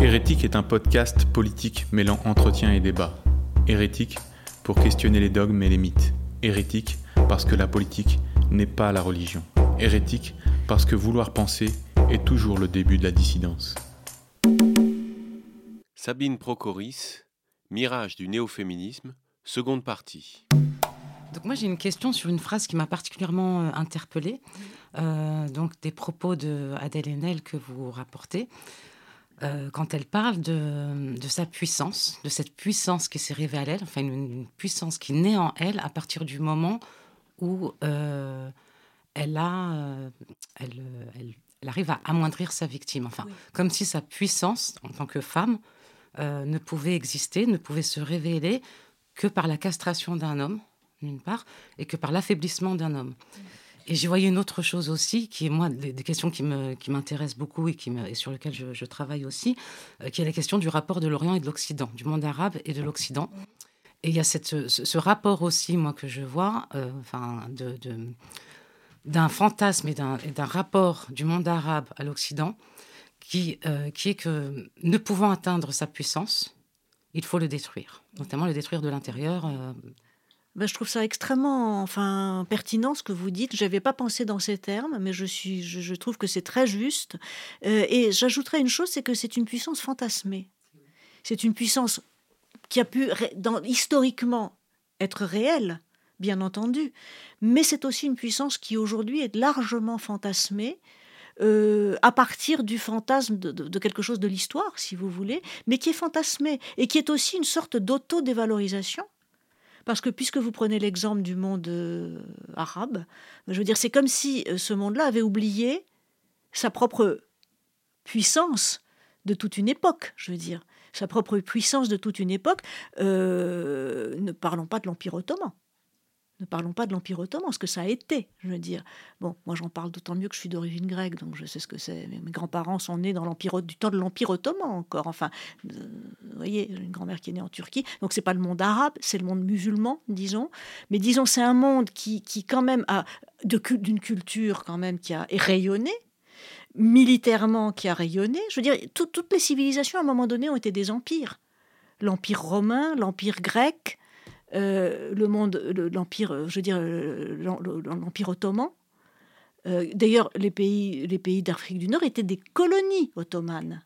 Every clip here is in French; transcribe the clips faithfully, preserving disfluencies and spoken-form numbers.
Hérétique est un podcast politique mêlant entretien et débat. Hérétique pour questionner les dogmes et les mythes. Hérétique parce que la politique n'est pas la religion. Hérétique parce que vouloir penser est toujours le début de la dissidence. Sabine Procoris, Mirage du néo-féminisme, seconde partie. Donc moi j'ai une question sur une phrase qui m'a particulièrement euh, interpellée, euh, donc des propos de Adèle Haenel que vous rapportez, euh, quand elle parle de, de sa puissance, de cette puissance qui s'est révélée à elle, enfin une, une puissance qui naît en elle à partir du moment où euh, elle, a, euh, elle, elle, elle arrive à amoindrir sa victime, enfin oui. Comme si sa puissance en tant que femme euh, ne pouvait exister, ne pouvait se révéler que par la castration d'un homme, d'une part, et que par l'affaiblissement d'un homme. Et j'y voyais une autre chose aussi, qui est, moi, des, des questions qui, me, qui m'intéressent beaucoup et, qui me, et sur lesquelles je, je travaille aussi, euh, qui est la question du rapport de l'Orient et de l'Occident, du monde arabe et de l'Occident. Et il y a cette, ce, ce rapport aussi, moi, que je vois, euh, enfin, de, de, d'un fantasme et d'un, et d'un rapport du monde arabe à l'Occident, qui, euh, qui est que, ne pouvant atteindre sa puissance, il faut le détruire, notamment le détruire de l'intérieur. Euh, Ben, je trouve ça extrêmement enfin, pertinent ce que vous dites. Je n'avais pas pensé dans ces termes, mais je, suis, je, je trouve que c'est très juste. Euh, et j'ajouterais une chose, c'est que c'est une puissance fantasmée. C'est une puissance qui a pu, dans, historiquement, être réelle, bien entendu. Mais c'est aussi une puissance qui, aujourd'hui, est largement fantasmée, euh, à partir du fantasme de, de, de quelque chose de l'histoire, si vous voulez, mais qui est fantasmée et qui est aussi une sorte d'auto-dévalorisation. Parce que puisque vous prenez l'exemple du monde euh, arabe, je veux dire, c'est comme si euh, ce monde-là avait oublié sa propre puissance de toute une époque, je veux dire. Sa propre puissance de toute une époque. Euh, ne parlons pas de l'Empire ottoman. Ne parlons pas de l'Empire ottoman, ce que ça a été, je veux dire. Bon, moi j'en parle d'autant mieux que je suis d'origine grecque, donc je sais ce que c'est. Mes grands-parents sont nés dans l'Empire, du temps de l'Empire ottoman encore. Enfin, euh, vous voyez, j'ai une grand-mère qui est née en Turquie, donc c'est pas le monde arabe, c'est le monde musulman, disons. Mais disons, c'est un monde qui, qui quand même a, de, d'une culture quand même qui a rayonné, militairement qui a rayonné. Je veux dire, tout, toutes les civilisations à un moment donné ont été des empires. L'Empire romain, l'Empire grec, Euh, le monde, le, l'empire, je veux dire, l'empire ottoman. Euh, d'ailleurs, les pays, les pays d'Afrique du Nord étaient des colonies ottomanes.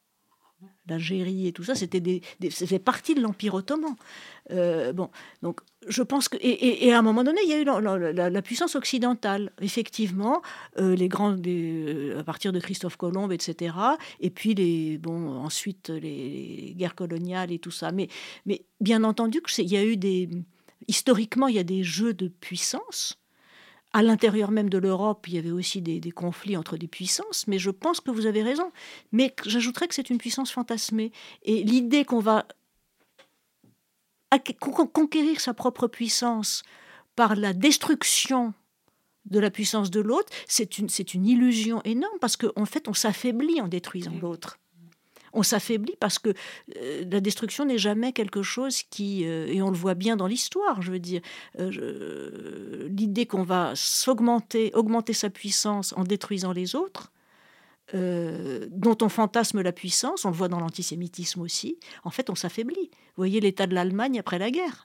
L'Algérie et tout ça, c'était des, des, c'était partie de l'Empire ottoman. Euh, bon, donc je pense que et, et, et à un moment donné, il y a eu la, la, la, la puissance occidentale. Effectivement, euh, les grands, les, à partir de Christophe Colomb, et cetera. Et puis les, bon, ensuite les, les guerres coloniales et tout ça. Mais, mais bien entendu, il y a eu des, historiquement, il y a des jeux de puissance. À l'intérieur même de l'Europe, il y avait aussi des, des conflits entre des puissances, mais je pense que vous avez raison. Mais j'ajouterais que c'est une puissance fantasmée. Et l'idée qu'on va conquérir sa propre puissance par la destruction de la puissance de l'autre, c'est une, c'est une illusion énorme, parce qu'en fait, on s'affaiblit en détruisant l'autre. On s'affaiblit parce que euh, la destruction n'est jamais quelque chose qui... Euh, et on le voit bien dans l'histoire, je veux dire. Euh, je, l'idée qu'on va s'augmenter, augmenter sa puissance en détruisant les autres, euh, dont on fantasme la puissance, on le voit dans l'antisémitisme aussi, en fait, on s'affaiblit. Vous voyez l'état de l'Allemagne après la guerre.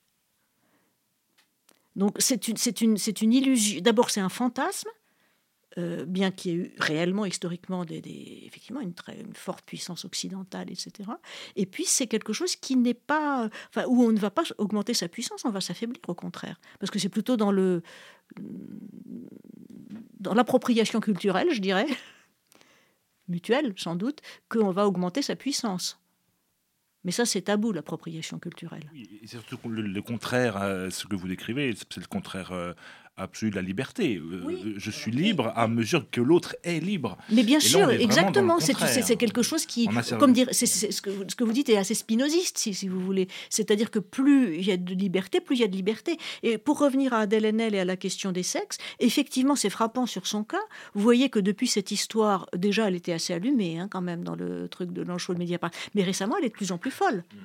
Donc, c'est une, c'est une, c'est une illusion. D'abord, c'est un fantasme, Euh, bien qu'il y ait eu réellement, historiquement, des, des, effectivement une, très, une forte puissance occidentale, et cetera. Et puis, c'est quelque chose qui n'est pas... Enfin, où on ne va pas augmenter sa puissance, on va s'affaiblir, au contraire. Parce que c'est plutôt dans, le, dans l'appropriation culturelle, je dirais, mutuelle, sans doute, qu'on va augmenter sa puissance. Mais ça, c'est tabou, l'appropriation culturelle. Oui, et c'est surtout le, le contraire à ce que vous décrivez, c'est le contraire... Euh... absolue de la liberté. Oui. Je suis libre à mesure que l'autre est libre. Mais bien et sûr, là, exactement. C'est, c'est, c'est quelque chose qui, comme dire, c'est, c'est, ce, que, ce que vous dites est assez spinoziste, si, si vous voulez. C'est-à-dire que plus il y a de liberté, plus il y a de liberté. Et pour revenir à Adèle Haenel et à la question des sexes, effectivement, c'est frappant sur son cas. Vous voyez que depuis cette histoire, déjà, elle était assez allumée, hein, quand même, dans le truc de l'enchaud de Mediapart. Mais récemment, elle est de plus en plus folle. Mmh.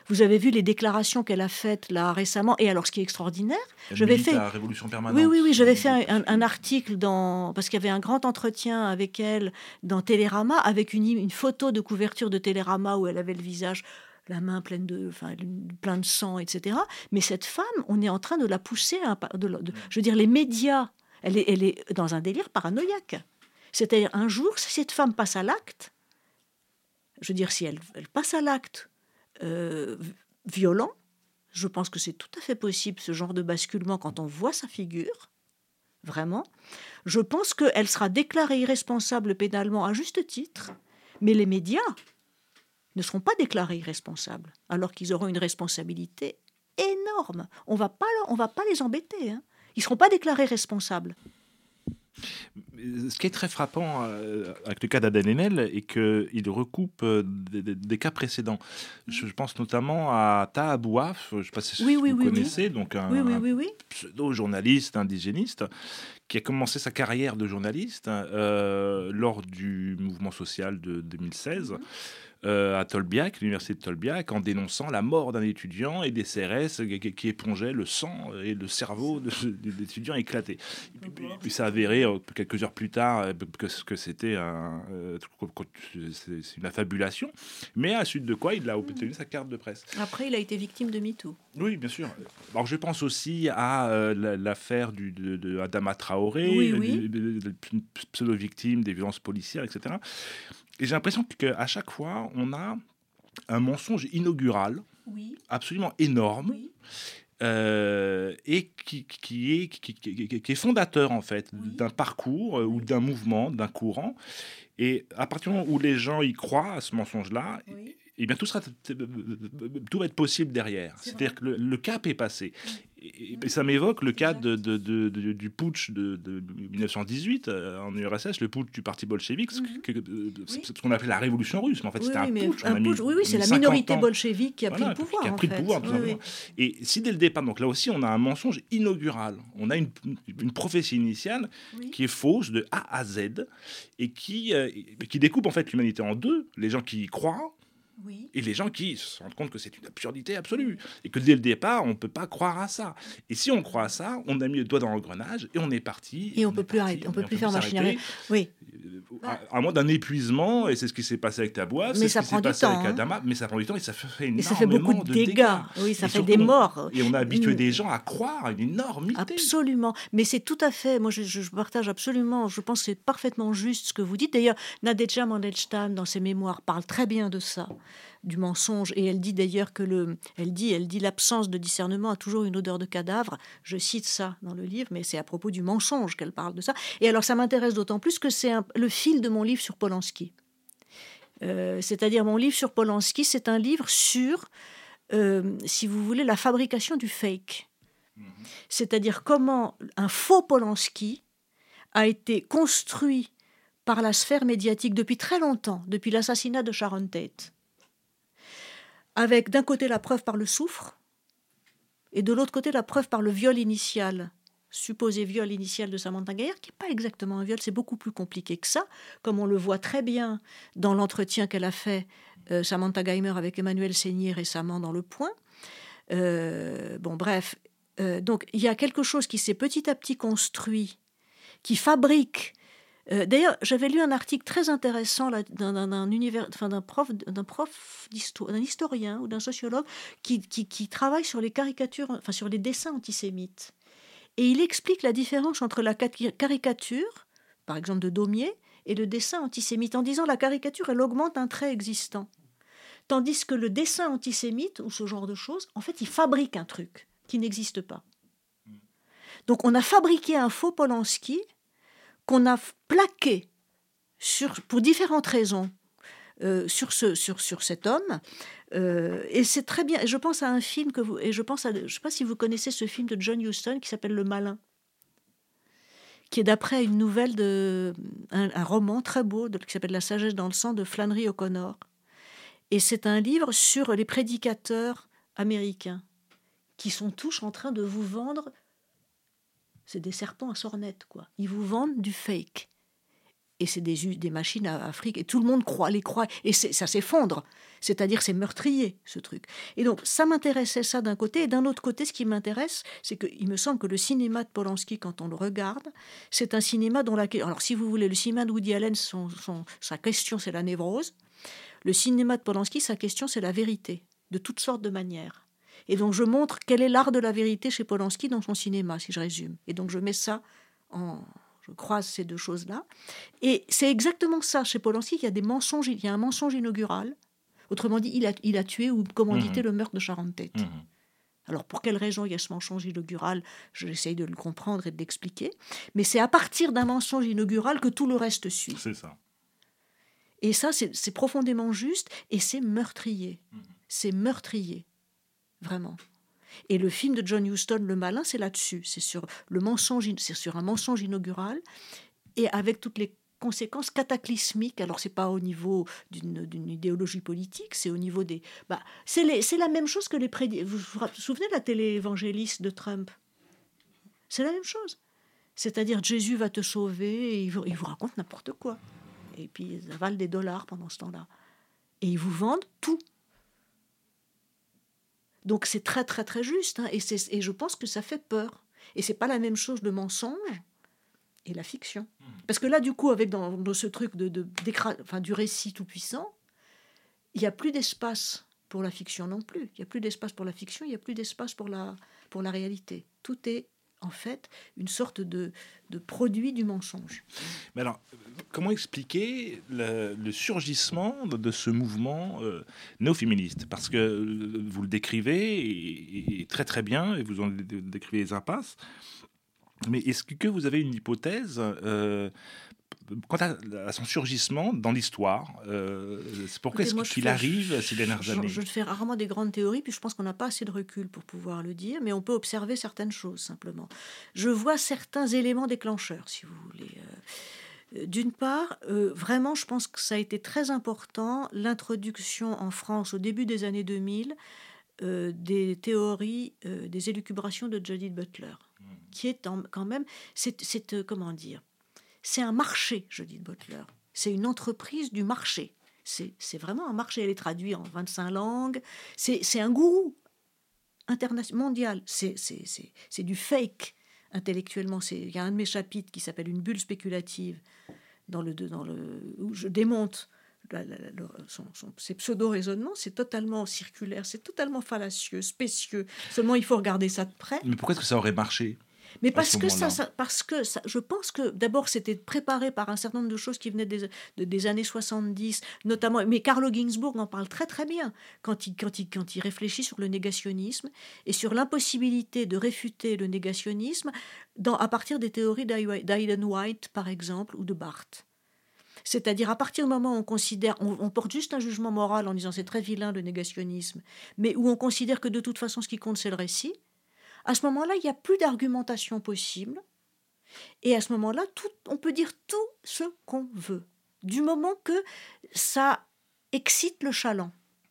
Vous avez vu les déclarations qu'elle a faites là récemment. Et alors, ce qui est extraordinaire, Elle j'avais milite fait. à la Révolution permanente. Oui, oui, oui, j'avais fait un, un, un article dans parce qu'il y avait un grand entretien avec elle dans Télérama, avec une, une photo de couverture de Télérama où elle avait le visage, la main pleine de, enfin, plein de sang, et cetera. Mais cette femme, on est en train de la pousser. À, de, de, je veux dire, les médias, elle est, elle est dans un délire paranoïaque. C'est-à-dire, un jour, si cette femme passe à l'acte, je veux dire, si elle, elle passe à l'acte euh, violent, je pense que c'est tout à fait possible, ce genre de basculement, quand on voit sa figure, vraiment. Je pense qu'elle sera déclarée irresponsable pénalement à juste titre, mais les médias ne seront pas déclarés irresponsables, alors qu'ils auront une responsabilité énorme. On va pas, on va pas les embêter, hein. Ils ne seront pas déclarés responsables. Ce qui est très frappant euh, avec le cas d'Adèle Haenel est qu'il recoupe euh, des, des, des cas précédents. Je, je pense notamment à Taha Bouaf, je ne sais pas si oui, vous oui, oui, connaissez, oui. donc un, oui, oui, oui, oui. un pseudo-journaliste indigéniste qui a commencé sa carrière de journaliste euh, lors du mouvement social de deux mille seize. Mm-hmm. Euh, à Tolbiac, l'université de Tolbiac, en dénonçant la mort d'un étudiant et des C R S qui, qui épongeaient le sang et le cerveau de, de, de l'étudiant éclaté. Et puis, puis ça a avéré euh, quelques heures plus tard que, que c'était un, euh, c'est une affabulation, mais à la suite de quoi il a obtenu sa carte de presse. Après, il a été victime de MeToo. Oui, bien sûr. Alors, je pense aussi à euh, l'affaire du, de, de Adama Traoré, oui, oui. pseudo-victime des violences policières, et cetera. Et j'ai l'impression qu'à chaque fois, on a un mensonge inaugural, oui. absolument énorme, oui. euh, et qui, qui, est, qui, qui, qui est fondateur, en fait, oui. d'un parcours euh, ou d'un mouvement, d'un courant. Et à partir du moment où les gens y croient à ce mensonge-là, oui. eh bien, tout, sera, tout va être possible derrière. C'est-à-dire que le, le cap est passé. Et, et ça m'évoque le cas de, de, de, de, du putsch de, de mille neuf cent dix-huit euh, en U R S S, le putsch du parti bolchevique, mm-hmm. que, que, oui. ce qu'on appelait la révolution russe. Mais en fait, oui, c'était oui, un putsch. Un putsch oui, oui, c'est la minorité ans. bolchevique qui a voilà, pris le pouvoir. Qui a pris en le pouvoir, fait. tout oui, oui. Et si dès le départ, donc là aussi, on a un mensonge inaugural. On a une, une prophétie initiale oui. qui est fausse de A à Z et qui, euh, qui découpe en fait l'humanité en deux. Les gens qui y croient. Oui. Et les gens qui se rendent compte que c'est une absurdité absolue et que dès le départ, on ne peut pas croire à ça. Et si on croit à ça, on a mis le doigt dans l'engrenage et on est parti. Et on ne peut plus arrêter, on peut plus faire machine arrière. Oui. À, à moins d'un épuisement, et c'est ce qui s'est passé avec Taboua, c'est ce qui s'est passé temps, avec Adama, hein. Mais ça prend du temps et ça fait énormément et ça fait beaucoup de, de dégâts. dégâts. Oui, ça et fait des morts. Et on a habitué mmh. des gens à croire à une énormité. Absolument. Mais c'est tout à fait, moi je, je partage absolument, je pense que c'est parfaitement juste ce que vous dites. D'ailleurs, Nadejda Mandelstam, dans ses mémoires, parle très bien de ça, du mensonge, et elle dit d'ailleurs que le, elle dit, elle dit l'absence de discernement a toujours une odeur de cadavre. Je cite ça dans le livre, mais c'est à propos du mensonge qu'elle parle de ça. Et alors ça m'intéresse d'autant plus que c'est un, le fil de mon livre sur Polanski. Euh, c'est-à-dire mon livre sur Polanski, c'est un livre sur, euh, si vous voulez, la fabrication du fake. Mmh. C'est-à-dire comment un faux Polanski a été construit par la sphère médiatique depuis très longtemps, depuis l'assassinat de Sharon Tate. Avec d'un côté la preuve par le soufre, et de l'autre côté la preuve par le viol initial, supposé viol initial de Samantha Gaillard, qui n'est pas exactement un viol, c'est beaucoup plus compliqué que ça, comme on le voit très bien dans l'entretien qu'elle a fait, euh, Samantha Geimer avec Emmanuel Seigné récemment dans Le Point. Euh, bon, bref, euh, donc il y a quelque chose qui s'est petit à petit construit, qui fabrique. Euh, d'ailleurs, j'avais lu un article très intéressant là, d'un, d'un, d'un, univers, enfin, d'un prof, d'un prof d'histoire, d'un historien ou d'un sociologue qui, qui, qui travaille sur les caricatures, enfin sur les dessins antisémites. Et il explique la différence entre la caricature, par exemple de Daumier, et le dessin antisémite, en disant la caricature, elle augmente un trait existant. Tandis que le dessin antisémite, ou ce genre de choses, en fait, il fabrique un truc qui n'existe pas. Donc on a fabriqué un faux Polanski qu'on a plaqué sur, pour différentes raisons euh, sur, ce, sur, sur cet homme. Euh, et c'est très bien. Et je pense à un film que vous. Et je pense à. Je ne sais pas si vous connaissez ce film de John Huston qui s'appelle Le Malin, qui est d'après une nouvelle de. Un, un roman très beau de, qui s'appelle La sagesse dans le sang de Flannery O'Connor. Et c'est un livre sur les prédicateurs américains qui sont tous en train de vous vendre. C'est des serpents à sornettes, quoi. Ils vous vendent du fake. Et c'est des, des machines à, à fric, et tout le monde croit, les croit, et ça s'effondre. C'est-à-dire c'est meurtrier, ce truc. Et donc, ça m'intéressait, ça, d'un côté. Et d'un autre côté, ce qui m'intéresse, c'est qu'il me semble que le cinéma de Polanski, quand on le regarde, c'est un cinéma dont la... Alors, si vous voulez, le cinéma de Woody Allen, son, son, sa question, c'est la névrose. Le cinéma de Polanski, sa question, c'est la vérité, de toutes sortes de manières. Et donc, je montre quel est l'art de la vérité chez Polanski dans son cinéma, si je résume. Et donc, je mets ça en... Je croise ces deux choses-là. Et c'est exactement ça. Chez Polanski, il y a des mensonges. Il y a un mensonge inaugural. Autrement dit, il a, il a tué ou commandité mmh. le meurtre de Sharon Tate. Mmh. Alors, pour quelle raison il y a ce mensonge inaugural? J'essaye de le comprendre et de l'expliquer. Mais c'est à partir d'un mensonge inaugural que tout le reste suit. C'est ça. Et ça, c'est profondément juste. Et c'est meurtrier. Mmh. C'est meurtrier. Vraiment. Et le film de John Huston, Le Malin, c'est là-dessus. C'est sur, le mensonge, c'est sur un mensonge inaugural et avec toutes les conséquences cataclysmiques. Alors, ce n'est pas au niveau d'une idéologie politique, c'est au niveau des... Bah, c'est la même chose que les prédictions. Vous vous souvenez de la télé-évangéliste de Trump? C'est la même chose. C'est-à-dire, Jésus va te sauver et il vous, il vous raconte n'importe quoi. Et puis, ils avalent des dollars pendant ce temps-là. Et ils vous vendent tout. Donc c'est très très très juste, hein, et, et je pense que ça fait peur. Et c'est pas la même chose le mensonge et la fiction. Parce que là, du coup, avec dans, dans ce truc de, de, enfin, du récit tout-puissant, il n'y a plus d'espace pour la fiction non plus. Il n'y a plus d'espace pour la fiction, il n'y a plus d'espace pour la, pour la réalité. Tout est en fait une sorte de, de produit du mensonge. Mais alors, comment expliquer le, le surgissement de, de ce mouvement euh, néo-féministe? Parce que euh, vous le décrivez et, et très très bien, et vous en décrivez les impasses. Mais est-ce que vous avez une hypothèse euh, quant à, à son surgissement dans l'histoire? euh, Pourquoi est-ce qu'il arrive ces dernières je, années? Je fais rarement des grandes théories, puis je pense qu'on n'a pas assez de recul pour pouvoir le dire, mais on peut observer certaines choses, simplement. Je vois certains éléments déclencheurs, si vous voulez. Euh, D'une part, euh, vraiment, je pense que ça a été très important, l'introduction en France, au début des années deux mille, euh, des théories, euh, des élucubrations de Judith Butler, mmh. qui est en, quand même... c'est euh, comment dire C'est un marché, Judith Butler. C'est une entreprise du marché. C'est vraiment un marché. Elle est traduite en vingt-cinq langues. C'est un gourou international, mondial. C'est du fake intellectuellement. Il y a un de mes chapitres qui s'appelle « Une bulle spéculative » dans le, dans le, où je démonte la, la, la, son, son, ses pseudo-raisonnements. C'est totalement circulaire, c'est totalement fallacieux, spécieux. Seulement, il faut regarder ça de près. Mais pourquoi est-ce que ça aurait marché ? Mais parce que, ça, ça, parce que ça, je pense que d'abord c'était préparé par un certain nombre de choses qui venaient des, de, des années soixante-dix, notamment. Mais Carlo Ginzburg en parle très très bien quand il, quand, il, quand il réfléchit sur le négationnisme et sur l'impossibilité de réfuter le négationnisme dans, à partir des théories d'Aidan White, par exemple, ou de Barthes. C'est-à-dire à partir du moment où on considère, on, on porte juste un jugement moral en disant c'est très vilain le négationnisme, mais où on considère que de toute façon ce qui compte c'est le récit. À ce moment-là, il n'y a plus d'argumentation possible. Et à ce moment-là, tout, on peut dire tout ce qu'on veut. Du moment que ça excite le chaland,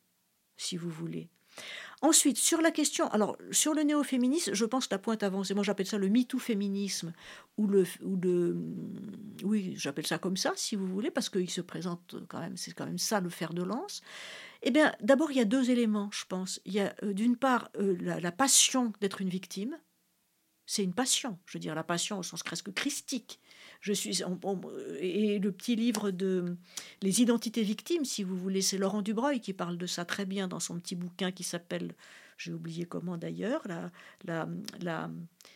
si vous voulez. Ensuite, sur la question... Alors, sur le néo-féminisme, je pense que la pointe avancée, moi j'appelle ça le MeToo-féminisme, ou le... Ou le oui, j'appelle ça comme ça, si vous voulez, parce qu'il se présente quand même... C'est quand même ça, le fer de lance. Eh bien, d'abord, il y a deux éléments, je pense. Il y a, euh, d'une part, euh, la, la passion d'être une victime. C'est une passion, je veux dire, la passion au sens presque christique. Je suis, on, on, et le petit livre de Les identités victimes, si vous voulez, c'est Laurent Dubreuil qui parle de ça très bien dans son petit bouquin qui s'appelle, j'ai oublié comment d'ailleurs, la, la, la,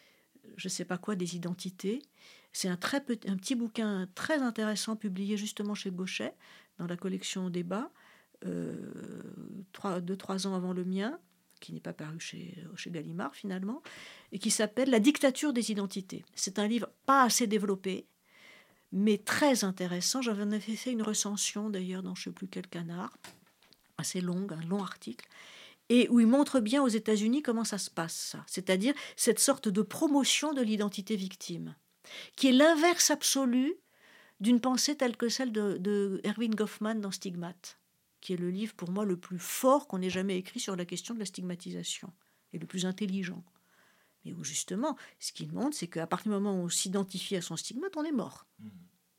je sais pas quoi, des identités. C'est un, très petit, un petit bouquin très intéressant publié justement chez Gauchet, dans la collection Débat, euh, trois, deux, trois ans avant le mien, qui n'est pas paru chez, chez Gallimard finalement, et qui s'appelle « La dictature des identités ». C'est un livre pas assez développé, mais très intéressant. J'en avais fait une recension d'ailleurs dans je ne sais plus quel canard, assez longue, un long article, et où il montre bien aux États-Unis comment ça se passe, ça. C'est-à-dire cette sorte de promotion de l'identité victime, qui est l'inverse absolu d'une pensée telle que celle de, de Erving Goffman dans Stigmate, qui est le livre pour moi le plus fort qu'on ait jamais écrit sur la question de la stigmatisation, et le plus intelligent. Mais où justement, ce qu'il montre, c'est qu'à partir du moment où on s'identifie à son stigmate, on est mort. Mmh.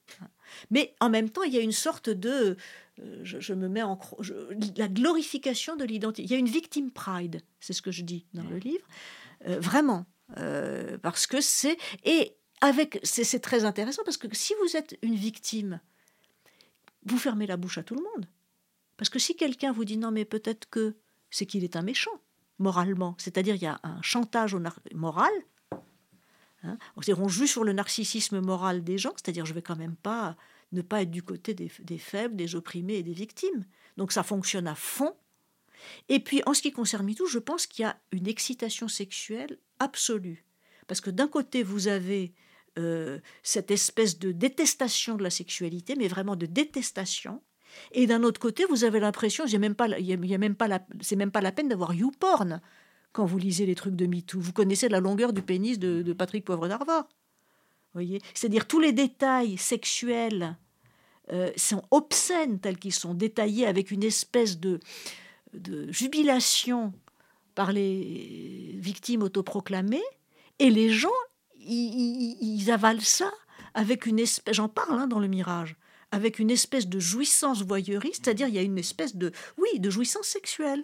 Mais en même temps, il y a une sorte de... euh, je, je me mets en... cro- je- la glorification de l'identité. Il y a une victim pride, c'est ce que je dis dans le livre. Euh, vraiment. Euh, parce que c'est... Et avec... C'est, c'est très intéressant, parce que si vous êtes une victime, vous fermez la bouche à tout le monde. Parce que si quelqu'un vous dit non, mais peut-être que c'est qu'il est un méchant, moralement. C'est-à-dire, il y a un chantage au nar- moral. Hein. C'est-à-dire, on joue sur le narcissisme moral des gens. C'est-à-dire, je ne vais quand même pas ne pas être du côté des, des faibles, des opprimés et des victimes. Donc, ça fonctionne à fond. Et puis, en ce qui concerne MeToo, je pense qu'il y a une excitation sexuelle absolue. Parce que d'un côté, vous avez euh, cette espèce de détestation de la sexualité, mais vraiment de détestation. Et d'un autre côté, vous avez l'impression, il y a même pas, il y a, il y a même pas la, c'est même pas la peine d'avoir YouPorn quand vous lisez les trucs de MeToo. Vous connaissez la longueur du pénis de, de Patrick Poivre d'Arvor. Voyez, c'est-à-dire tous les détails sexuels euh, sont obscènes tels qu'ils sont détaillés avec une espèce de, de jubilation par les victimes autoproclamées, et les gens, ils, ils, ils avalent ça avec une espèce, j'en parle hein, dans le Mirage, avec une espèce de jouissance voyeuriste, c'est-à-dire il y a une espèce de, oui, de jouissance sexuelle,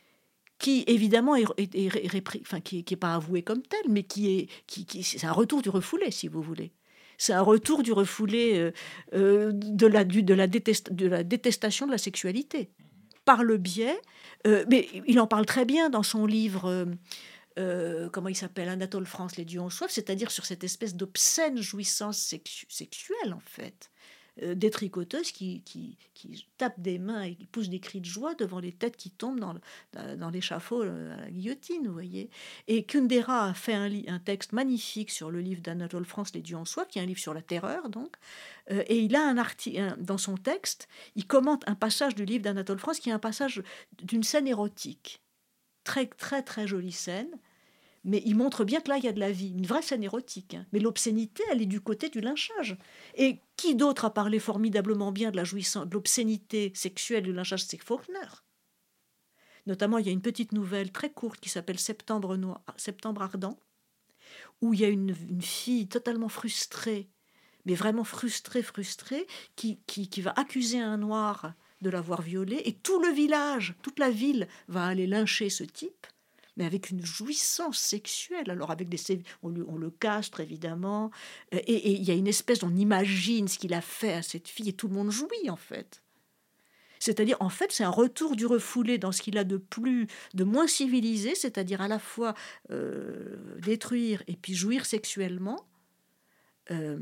qui évidemment est, est, est, est répri, enfin, qui n'est pas avouée comme telle, mais qui est, qui, qui, c'est un retour du refoulé, si vous voulez. C'est un retour du refoulé euh, euh, de, la, du, de, la détest, de la détestation de la sexualité, par le biais, euh, mais il en parle très bien dans son livre... Euh, Euh, comment il s'appelle, Anatole France, Les dieux ont soif, c'est-à-dire sur cette espèce d'obscène jouissance sexu- sexuelle, en fait, euh, des tricoteuses qui, qui, qui tapent des mains et qui poussent des cris de joie devant les têtes qui tombent dans, le, dans l'échafaud euh, à la guillotine, vous voyez. Et Kundera a fait un, li- un texte magnifique sur le livre d'Anatole France, Les dieux ont soif, qui est un livre sur la terreur, donc, euh, et il a un article, dans son texte, il commente un passage du livre d'Anatole France qui est un passage d'une scène érotique. Très, très, très jolie scène, mais il montre bien que là, il y a de la vie, une vraie scène érotique. Hein. Mais l'obscénité, elle est du côté du lynchage. Et qui d'autre a parlé formidablement bien de la jouissance, de l'obscénité sexuelle du lynchage, c'est Faulkner. Notamment, il y a une petite nouvelle très courte qui s'appelle Septembre, Noir, Septembre ardent, où il y a une, une fille totalement frustrée, mais vraiment frustrée, frustrée, qui, qui, qui va accuser un noir de l'avoir violée, et tout le village, toute la ville va aller lyncher ce type, mais avec une jouissance sexuelle. Alors avec des, on, le, on le castre évidemment, et il y a une espèce, on imagine ce qu'il a fait à cette fille, et tout le monde jouit en fait. C'est-à-dire, en fait, c'est un retour du refoulé dans ce qu'il a de plus, de moins civilisé, c'est-à-dire à la fois euh, détruire et puis jouir sexuellement, euh,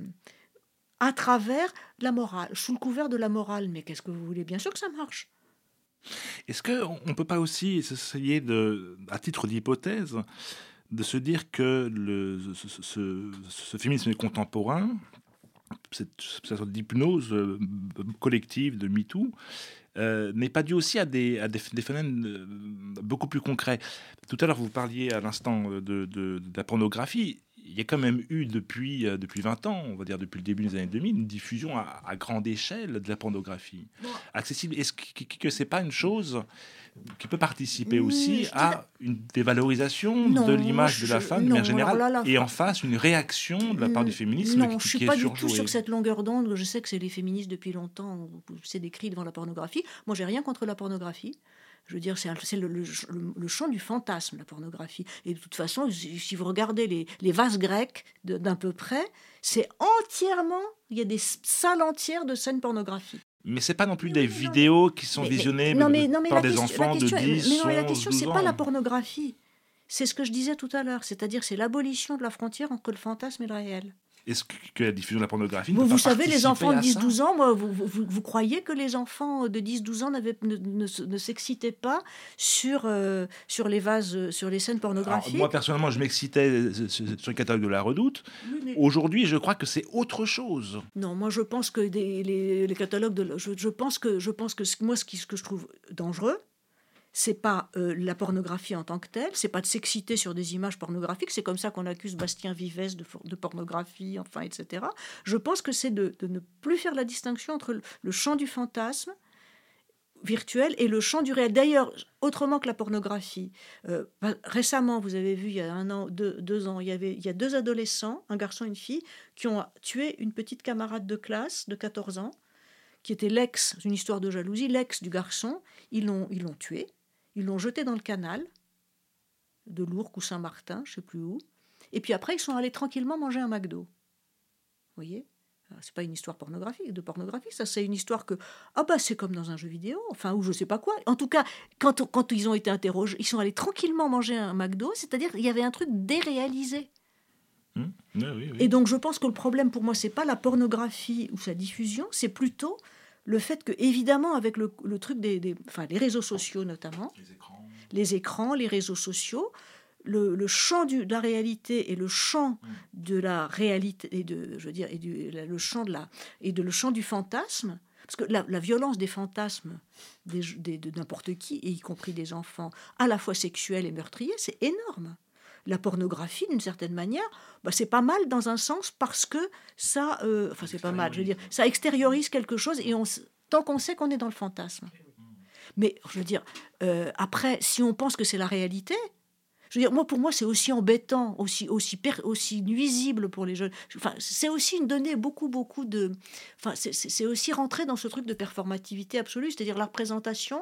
à travers la morale, sous le couvert de la morale. Mais qu'est-ce que vous voulez? Bien sûr que ça marche. Est-ce qu'on ne peut pas aussi essayer, de, à titre d'hypothèse, de se dire que le, ce, ce, ce féminisme contemporain, cette, cette sorte d'hypnose collective de MeToo, euh, n'est pas dû aussi à des, à des, des phénomènes beaucoup plus concrets. Tout à l'heure, vous parliez à l'instant de, de, de la pornographie. Il y a quand même eu depuis, euh, depuis vingt ans, on va dire depuis le début des années deux mille, une diffusion à, à grande échelle de la pornographie bon. accessible. Est-ce que, que ce n'est pas une chose qui peut participer aussi mmh, à une dévalorisation non, de l'image de la femme de manière générale, là, là, et en face une réaction de la part du féminisme non, qui, je ne suis qui pas est du surjouée. tout sur cette longueur d'onde. Je sais que c'est les féministes depuis longtemps, c'est des cris devant la pornographie. Moi, j'ai rien contre la pornographie. Je veux dire, c'est, un, c'est le, le, le champ du fantasme, la pornographie. Et de toute façon, si vous regardez les, les vases grecs de, d'un peu près, c'est entièrement, il y a des salles entières de scènes pornographiques. Mais c'est pas non plus des non, vidéos qui sont mais, visionnées mais, non, mais, non, mais par des question, enfants question, de dix, mais non, mais la question, c'est ans. pas la pornographie. C'est ce que je disais tout à l'heure. C'est-à-dire, c'est l'abolition de la frontière entre le fantasme et le réel. Est-ce que la diffusion de la pornographie vous, ne peut vous pas savez, les enfants de dix douze ans, moi, vous, vous, vous croyez que les enfants de dix douze ans ne, ne, ne s'excitaient pas sur, euh, sur les vases, sur les scènes pornographiques? Alors, moi, personnellement, je m'excitais sur le catalogue de la Redoute. Oui, mais... Aujourd'hui, je crois que c'est autre chose. Non, moi, je pense que des, les, les catalogues de... Je, je pense que, je pense que moi, ce, qui, ce que je trouve dangereux, c'est pas euh, la pornographie en tant que telle, c'est pas de s'exciter sur des images pornographiques, c'est comme ça qu'on accuse Bastien Vivès de, de pornographie, enfin, et cetera. Je pense que c'est de, de ne plus faire la distinction entre le, le champ du fantasme, virtuel et le champ du réel. D'ailleurs, autrement que la pornographie, euh, récemment, vous avez vu, il y a un an, deux, deux ans, il y avait, il y a deux adolescents, un garçon et une fille, qui ont tué une petite camarade de classe de quatorze ans, qui était l'ex, une histoire de jalousie, l'ex du garçon. Ils l'ont, ils l'ont tué, ils l'ont jeté dans le canal de Lourdes ou Saint-Martin, je ne sais plus où. Et puis après, ils sont allés tranquillement manger un McDo. Vous voyez ? C'est pas une histoire pornographique, de pornographie, ça c'est une histoire que ah bah c'est comme dans un jeu vidéo, enfin ou je sais pas quoi. En tout cas, quand, quand ils ont été interrogés, ils sont allés tranquillement manger un McDo, c'est-à-dire il y avait un truc déréalisé. Mmh. Oui, oui, oui. Et donc je pense que le problème pour moi c'est pas la pornographie ou sa diffusion, c'est plutôt le fait que évidemment avec le, le truc des, des, enfin les réseaux sociaux notamment, Les écrans, les écrans, les réseaux sociaux. Le, le champ du, de la réalité et le champ de la réalité et de, je veux dire, et du, le champ de la et de le champ du fantasme, parce que la, la violence des fantasmes des, des, de n'importe qui, et y compris des enfants, à la fois sexuels et meurtriers, c'est énorme. La pornographie, d'une certaine manière, bah, c'est pas mal dans un sens parce que ça, euh, enfin c'est pas mal, je veux dire, ça extériorise quelque chose et on, tant qu'on sait qu'on est dans le fantasme. Mais je veux dire, euh, après, si on pense que c'est la réalité. Je veux dire, moi, pour moi, c'est aussi embêtant, aussi, aussi, per, aussi nuisible pour les jeunes. Enfin, c'est aussi une donnée beaucoup, beaucoup de... Enfin, c'est, c'est aussi rentrer dans ce truc de performativité absolue, c'est-à-dire la représentation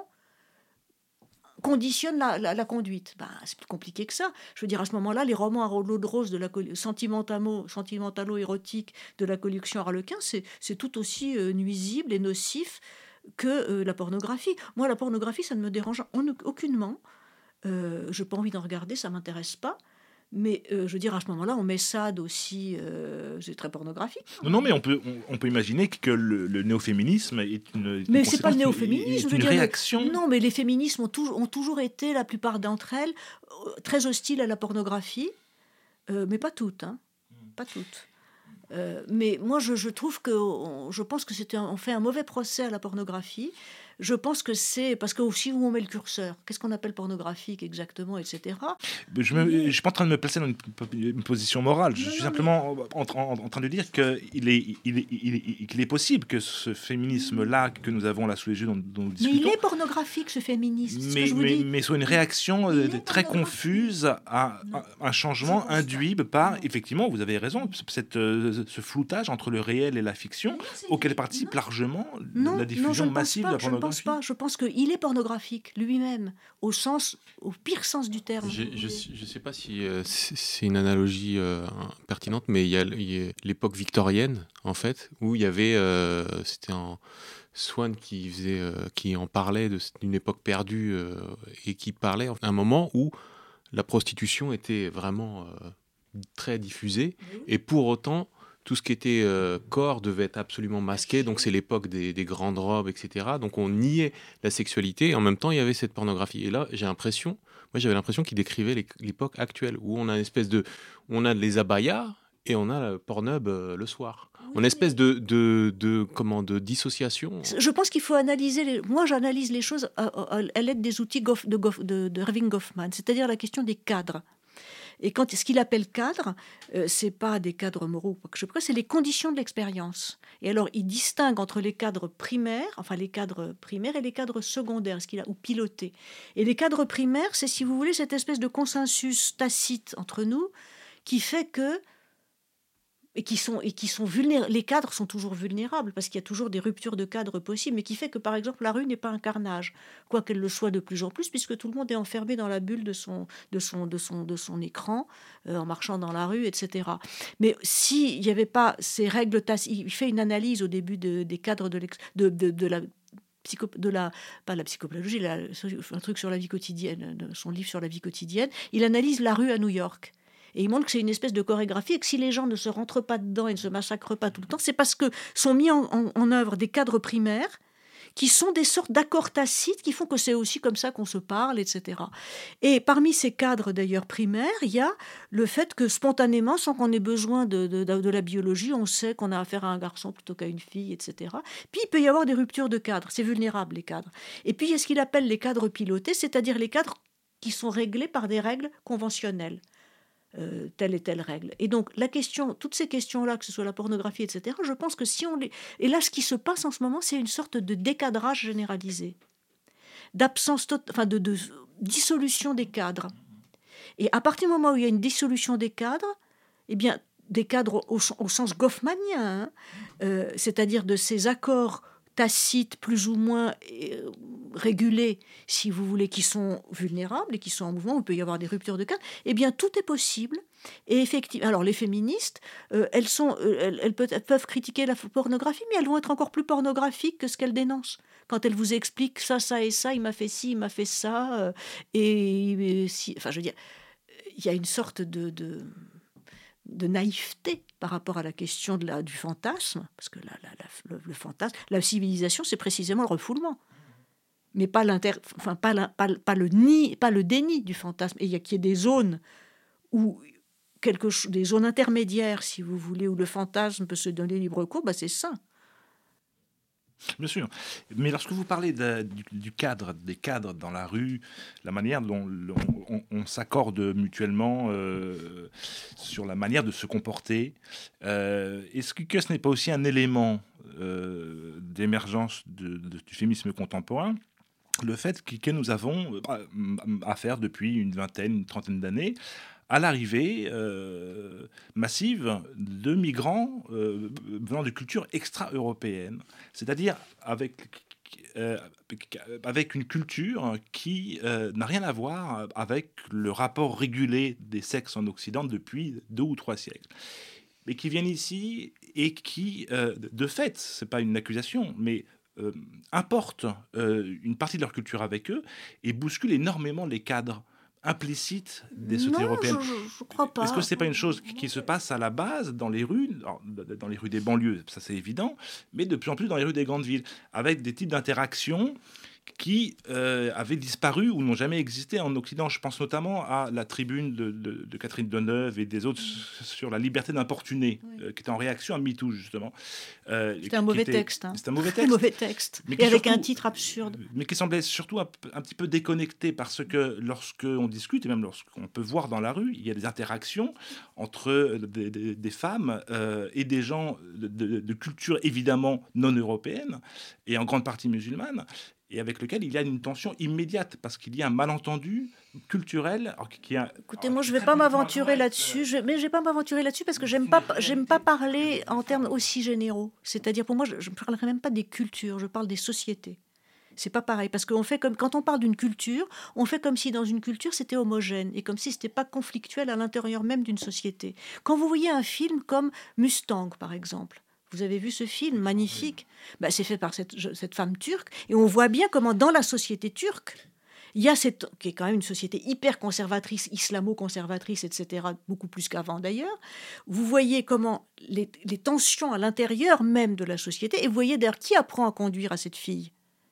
conditionne la, la, la conduite. Ben, c'est plus compliqué que ça. Je veux dire, à ce moment-là, les romans à rouleau de rose de la sentimentalo, sentimentalo-érotique de la collection Harlequin, c'est, c'est tout aussi euh, nuisible et nocif que euh, la pornographie. Moi, la pornographie, ça ne me dérange en, aucunement. Euh, je n'ai pas envie d'en regarder, ça ne m'intéresse pas. Mais euh, je veux dire, à ce moment-là, on met Sade aussi, euh, c'est très pornographique. Non, non, mais on peut, on, on peut imaginer que le, le néo-féminisme est une. Mais c'est pas le néo-féminisme, est je veux une dire. réaction. Non, mais les féminismes ont, tout, ont toujours été, la plupart d'entre elles, très hostiles à la pornographie, euh, mais pas toutes, hein, pas toutes. Euh, mais moi, je, je trouve que, on, je pense que c'était, un, on fait un mauvais procès à la pornographie. Je pense que c'est parce que aussi où on met le curseur, qu'est-ce qu'on appelle pornographique exactement, et cetera. Je ne suis pas en train de me placer dans une, une position morale. Je non, suis non, simplement mais... en, en, en train de dire qu'il est, il est, il est, il est possible que ce féminisme-là que nous avons là sous les yeux, dont, dont nous discutons... Mais il est pornographique, ce féminisme. Mais, ce que je vous mais, dis. mais soit une réaction euh, très confuse à, à un changement induit par, non. effectivement, vous avez raison, cette, euh, ce floutage entre le réel et la fiction, auquel participe non. largement non, la diffusion non, massive pas, de la pornographie. Je ne pense pas. Je pense qu'il est pornographique lui-même, au sens, au pire sens du terme. Je ne sais pas si euh, c'est une analogie euh, pertinente, mais il y a, y a l'époque victorienne, en fait, où il y avait, euh, c'était en Swann qui faisait, euh, qui en parlait d'une époque perdue euh, et qui parlait à un moment où la prostitution était vraiment euh, très diffusée, oui. Et pour autant tout ce qui était euh, corps devait être absolument masqué, donc c'est l'époque des, des grandes robes, et cetera. Donc on niait la sexualité, et en même temps il y avait cette pornographie. Et là, j'ai l'impression, moi j'avais l'impression qu'il décrivait l'époque actuelle, où on a une espèce de, on a les abayas et on a le Pornhub euh, le soir. Oui, on a une espèce de, de, de, comment, de dissociation. Je pense qu'il faut analyser, les... moi j'analyse les choses à, à, à l'aide des outils Goff, de, Goff, de, de Erving Goffman, c'est-à-dire la question des cadres. Et quand ce qu'il appelle cadre, euh, c'est pas des cadres moraux, je crois, c'est les conditions de l'expérience. Et alors, il distingue entre les cadres primaires, enfin les cadres primaires et les cadres secondaires, ce qu'il a ou pilotés. Et les cadres primaires, c'est, si vous voulez, cette espèce de consensus tacite entre nous qui fait que et qui sont et qui sont vulnérables. Les cadres sont toujours vulnérables parce qu'il y a toujours des ruptures de cadres possibles, mais qui fait que par exemple la rue n'est pas un carnage, quoiqu'elle le soit de plus en plus, puisque tout le monde est enfermé dans la bulle de son de son de son de son écran euh, en marchant dans la rue, et cetera. Mais s'il n'y avait pas ces règles tacites, il fait une analyse au début de, des cadres de, de, de, de la Psycho, de la, pas la psychopatologie, la, un truc sur la vie quotidienne, son livre sur la vie quotidienne. Il analyse la rue à New York. Et il montre que c'est une espèce de chorégraphie et que si les gens ne se rentrent pas dedans et ne se massacrent pas tout le temps, c'est parce que sont mis en, en, en œuvre des cadres primaires qui sont des sortes d'accords tacites qui font que c'est aussi comme ça qu'on se parle, et cetera. Et parmi ces cadres d'ailleurs primaires, il y a le fait que spontanément, sans qu'on ait besoin de, de, de, de la biologie, on sait qu'on a affaire à un garçon plutôt qu'à une fille, et cetera. Puis il peut y avoir des ruptures de cadres, c'est vulnérable les cadres. Et puis il y a ce qu'il appelle les cadres pilotés, c'est-à-dire les cadres qui sont réglés par des règles conventionnelles. Euh, telle et telle règle. Et donc, la question, toutes ces questions-là, que ce soit la pornographie, et cetera, je pense que si on les... Et là, ce qui se passe en ce moment, c'est une sorte de décadrage généralisé. d'absence, tot- enfin de, de dissolution des cadres. Et à partir du moment où il y a une dissolution des cadres, eh bien, des cadres au, au sens goffmanien, hein, euh, c'est-à-dire de ces accords tacites plus ou moins euh, régulés, si vous voulez, qui sont vulnérables et qui sont en mouvement, où il peut y avoir des ruptures de cadre, eh bien, tout est possible. Et effectivement, alors les féministes, euh, elles, sont, euh, elles, elles, peuvent, elles peuvent critiquer la pornographie, mais elles vont être encore plus pornographiques que ce qu'elles dénoncent. Quand elles vous expliquent ça, ça et ça, il m'a fait ci, il m'a fait ça, euh, et, et si, enfin, je veux dire, il y a une sorte de, de, de naïveté par rapport à la question de la, du fantasme, parce que la, la, la, le, le fantasme, la civilisation, c'est précisément le refoulement. Mais pas, l'inter, enfin, pas, la, pas, pas, le, ni, pas le déni du fantasme. Et il y a qu'il y ait des zones où quelque chose, des zones intermédiaires, si vous voulez, où le fantasme peut se donner libre cours, bah c'est ça. Bien sûr. Mais lorsque vous parlez de, du, du cadre, des cadres dans la rue, la manière dont on, on, on s'accorde mutuellement euh, sur la manière de se comporter, euh, est-ce que ce n'est pas aussi un élément euh, d'émergence de, de, du féminisme contemporain ? Le fait que, que nous avons affaire depuis une vingtaine, une trentaine d'années à l'arrivée euh, massive de migrants euh, venant de cultures extra-européennes, c'est-à-dire avec, euh, avec une culture qui euh, n'a rien à voir avec le rapport régulé des sexes en Occident depuis deux ou trois siècles, mais qui viennent ici et qui, euh, de fait, c'est pas une accusation, mais euh, importent euh, une partie de leur culture avec eux et bousculent énormément les cadres implicite des sociétés non, européennes. Je, je crois pas. Est-ce que c'est pas une chose qui, qui se passe à la base dans les rues, dans les rues des banlieues, ça c'est évident, mais de plus en plus dans les rues des grandes villes, avec des types d'interactions qui euh, avaient disparu ou n'ont jamais existé en Occident. Je pense notamment à la tribune de, de, de Catherine Deneuve et des autres sur la liberté d'importuner, oui. euh, qui était en réaction à MeToo, justement. Euh, c'était un mauvais était, texte. Hein. C'était un mauvais texte. Un mauvais texte. Mais et avec surtout, un titre absurde. Mais qui semblait surtout un, un petit peu déconnecté, parce que lorsqu'on discute, et même lorsqu'on peut voir dans la rue, il y a des interactions entre des, des, des femmes euh, et des gens de, de, de culture évidemment non européenne, et en grande partie musulmane, et avec lequel il y a une tension immédiate, parce qu'il y a un malentendu culturel. Alors, qui a, Écoutez, moi, je ne vais pas m'aventurer là-dessus, je, mais je ne vais pas m'aventurer là-dessus parce que je n'aime pas, j'aime pas parler en termes aussi généraux. C'est-à-dire, pour moi, je ne parlerai même pas des cultures, je parle des sociétés. C'est pas pareil, parce qu'on fait comme, quand on parle d'une culture, on fait comme si dans une culture, c'était homogène, et comme si ce n'était pas conflictuel à l'intérieur même d'une société. Quand vous voyez un film comme Mustang, par exemple, vous avez vu ce film magnifique, bah, c'est fait par cette, cette femme turque, et on voit bien comment dans la société turque, il y a cette, qui est quand même une société hyper conservatrice, islamo-conservatrice, et cetera, beaucoup plus qu'avant d'ailleurs, vous voyez comment les, les tensions à l'intérieur même de la société, et vous voyez d'ailleurs qui apprend à conduire à cette fille.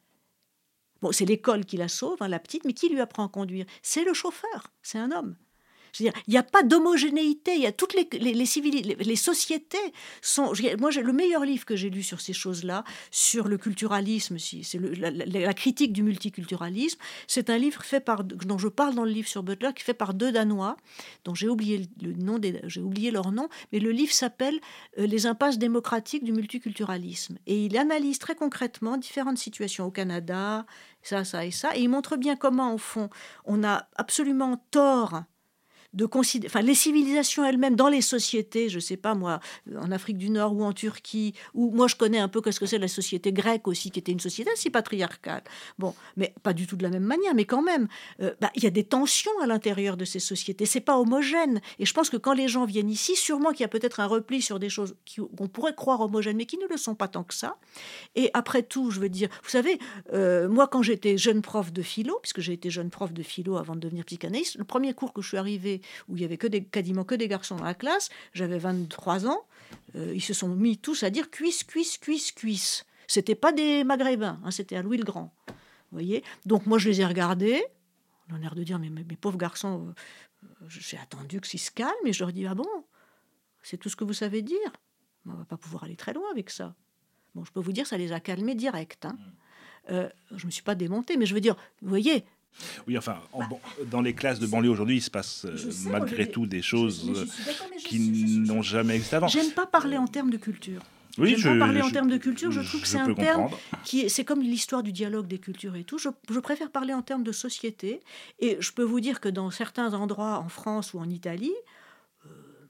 Bon, c'est l'école qui la sauve, hein, la petite, mais qui lui apprend à conduire ? C'est le chauffeur, c'est un homme. Je veux dire, il n'y a pas d'homogénéité. Il y a toutes les, les, les, civili- les, les sociétés sont. Je, moi, j'ai le meilleur livre que j'ai lu sur ces choses-là, sur le culturalisme, si, c'est le, la, la, la critique du multiculturalisme. C'est un livre fait par, dont je parle dans le livre sur Butler, qui est fait par deux Danois, dont j'ai oublié le nom, des, j'ai oublié leur nom, mais le livre s'appelle euh, Les impasses démocratiques du multiculturalisme. Et il analyse très concrètement différentes situations au Canada, ça, ça et ça, et il montre bien comment, au fond, on a absolument tort de considérer, enfin, les civilisations elles-mêmes dans les sociétés, je ne sais pas moi, en Afrique du Nord ou en Turquie, ou moi je connais un peu qu'est-ce que c'est la société grecque aussi, qui était une société assez patriarcale. Bon, mais pas du tout de la même manière, mais quand même, euh, bah, y a des tensions à l'intérieur de ces sociétés, c'est pas homogène. Et je pense que quand les gens viennent ici, sûrement qu'il y a peut-être un repli sur des choses qui, qu'on pourrait croire homogènes, mais qui ne le sont pas tant que ça. Et après tout, je veux dire, vous savez, euh, moi quand j'étais jeune prof de philo, puisque j'ai été jeune prof de philo avant de devenir psychanalyste, le premier cours que je suis arrivée où il y avait que des, quasiment que des garçons dans la classe, j'avais vingt-trois ans, euh, ils se sont mis tous à dire cuisse, cuisse, cuisse, cuisse. C'était pas des maghrébins, hein, c'était à Louis le Grand. Vous voyez ? Donc moi je les ai regardés, on a l'air de dire mais mes, mes pauvres garçons, euh, j'ai attendu qu'ils se calment, et je leur dis ah bon, c'est tout ce que vous savez dire ? On va pas pouvoir aller très loin avec ça. Bon, je peux vous dire, ça les a calmés direct. Hein. Euh, je ne me suis pas démontée, mais je veux dire, vous voyez. Oui, enfin, en, bah, dans les classes de banlieue aujourd'hui, il se passe euh, sais, malgré moi, tout des choses je, je qui n'ont jamais existé avant. J'aime pas parler en termes de culture. Oui, J'aime je, pas parler je, en termes de culture, je trouve que c'est un peux terme comprendre. qui est, c'est comme l'histoire du dialogue des cultures et tout. Je, je préfère parler en termes de société. Et je peux vous dire que dans certains endroits en France ou en Italie, euh,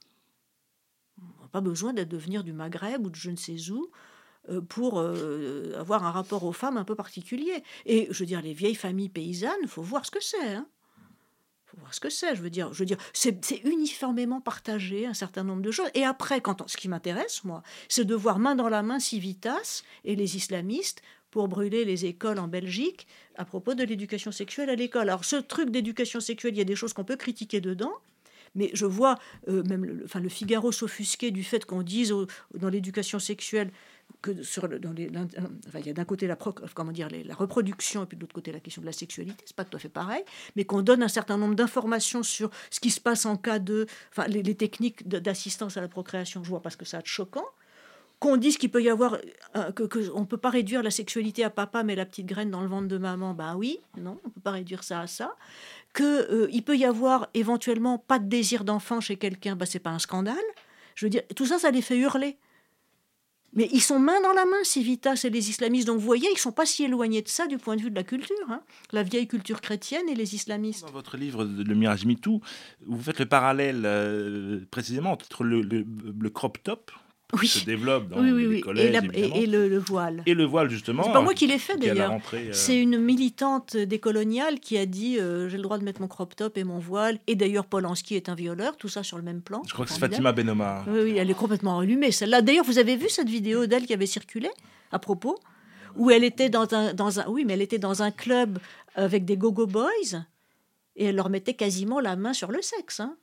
on n'a pas besoin d'être, de venir du Maghreb ou de je ne sais où euh, pour euh, avoir un rapport aux femmes un peu particulier. Et je veux dire, les vieilles familles paysannes, il faut voir ce que c'est, hein. Faut voir ce que c'est, je veux dire, je veux dire, c'est, c'est uniformément partagé un certain nombre de choses. Et après, quand on, ce qui m'intéresse, moi, c'est de voir main dans la main Civitas et les islamistes pour brûler les écoles en Belgique à propos de l'éducation sexuelle à l'école. Alors, ce truc d'éducation sexuelle, il y a des choses qu'on peut critiquer dedans, mais je vois euh, même le, enfin, le Figaro s'offusquer du fait qu'on dise au, dans l'éducation sexuelle que sur le, dans les, enfin, il y a d'un côté la, pro, comment dire, les, la reproduction et puis de l'autre côté la question de la sexualité, c'est pas tout à fait pareil, mais qu'on donne un certain nombre d'informations sur ce qui se passe en cas de, enfin, les, les techniques d'assistance à la procréation, je vois parce que ça va être choquant, qu'on dise qu'il peut y avoir, euh, que, que on peut pas réduire la sexualité à papa mais la petite graine dans le ventre de maman, ben oui, non, on peut pas réduire ça à ça, qu'il euh, peut y avoir éventuellement pas de désir d'enfant chez quelqu'un, ben c'est pas un scandale, je veux dire, tout ça, ça les fait hurler. Mais ils sont main dans la main, Civitas et les islamistes. Donc vous voyez, ils ne sont pas si éloignés de ça du point de vue de la culture, hein. La vieille culture chrétienne et les islamistes. Dans votre livre, Le Mirage MeToo, vous faites le parallèle euh, précisément entre le, le, le crop top, oui. qui se développe dans oui, oui, les oui. collèges, et, la, et, et le, le voile. Et le voile, justement. C'est pas moi qui l'ai fait, qui d'ailleurs. Rentrée, euh... C'est une militante décoloniale qui a dit euh, « j'ai le droit de mettre mon crop top et mon voile ». Et d'ailleurs, Polanski est un violeur, tout ça sur le même plan. Je crois que c'est Fatima Benoma. Oui, oui, elle est complètement allumée, celle-là. D'ailleurs, vous avez vu cette vidéo d'elle qui avait circulé à propos, où elle était dans un, dans un... Oui, mais elle était dans un club avec des go-go boys et elle leur mettait quasiment la main sur le sexe, hein.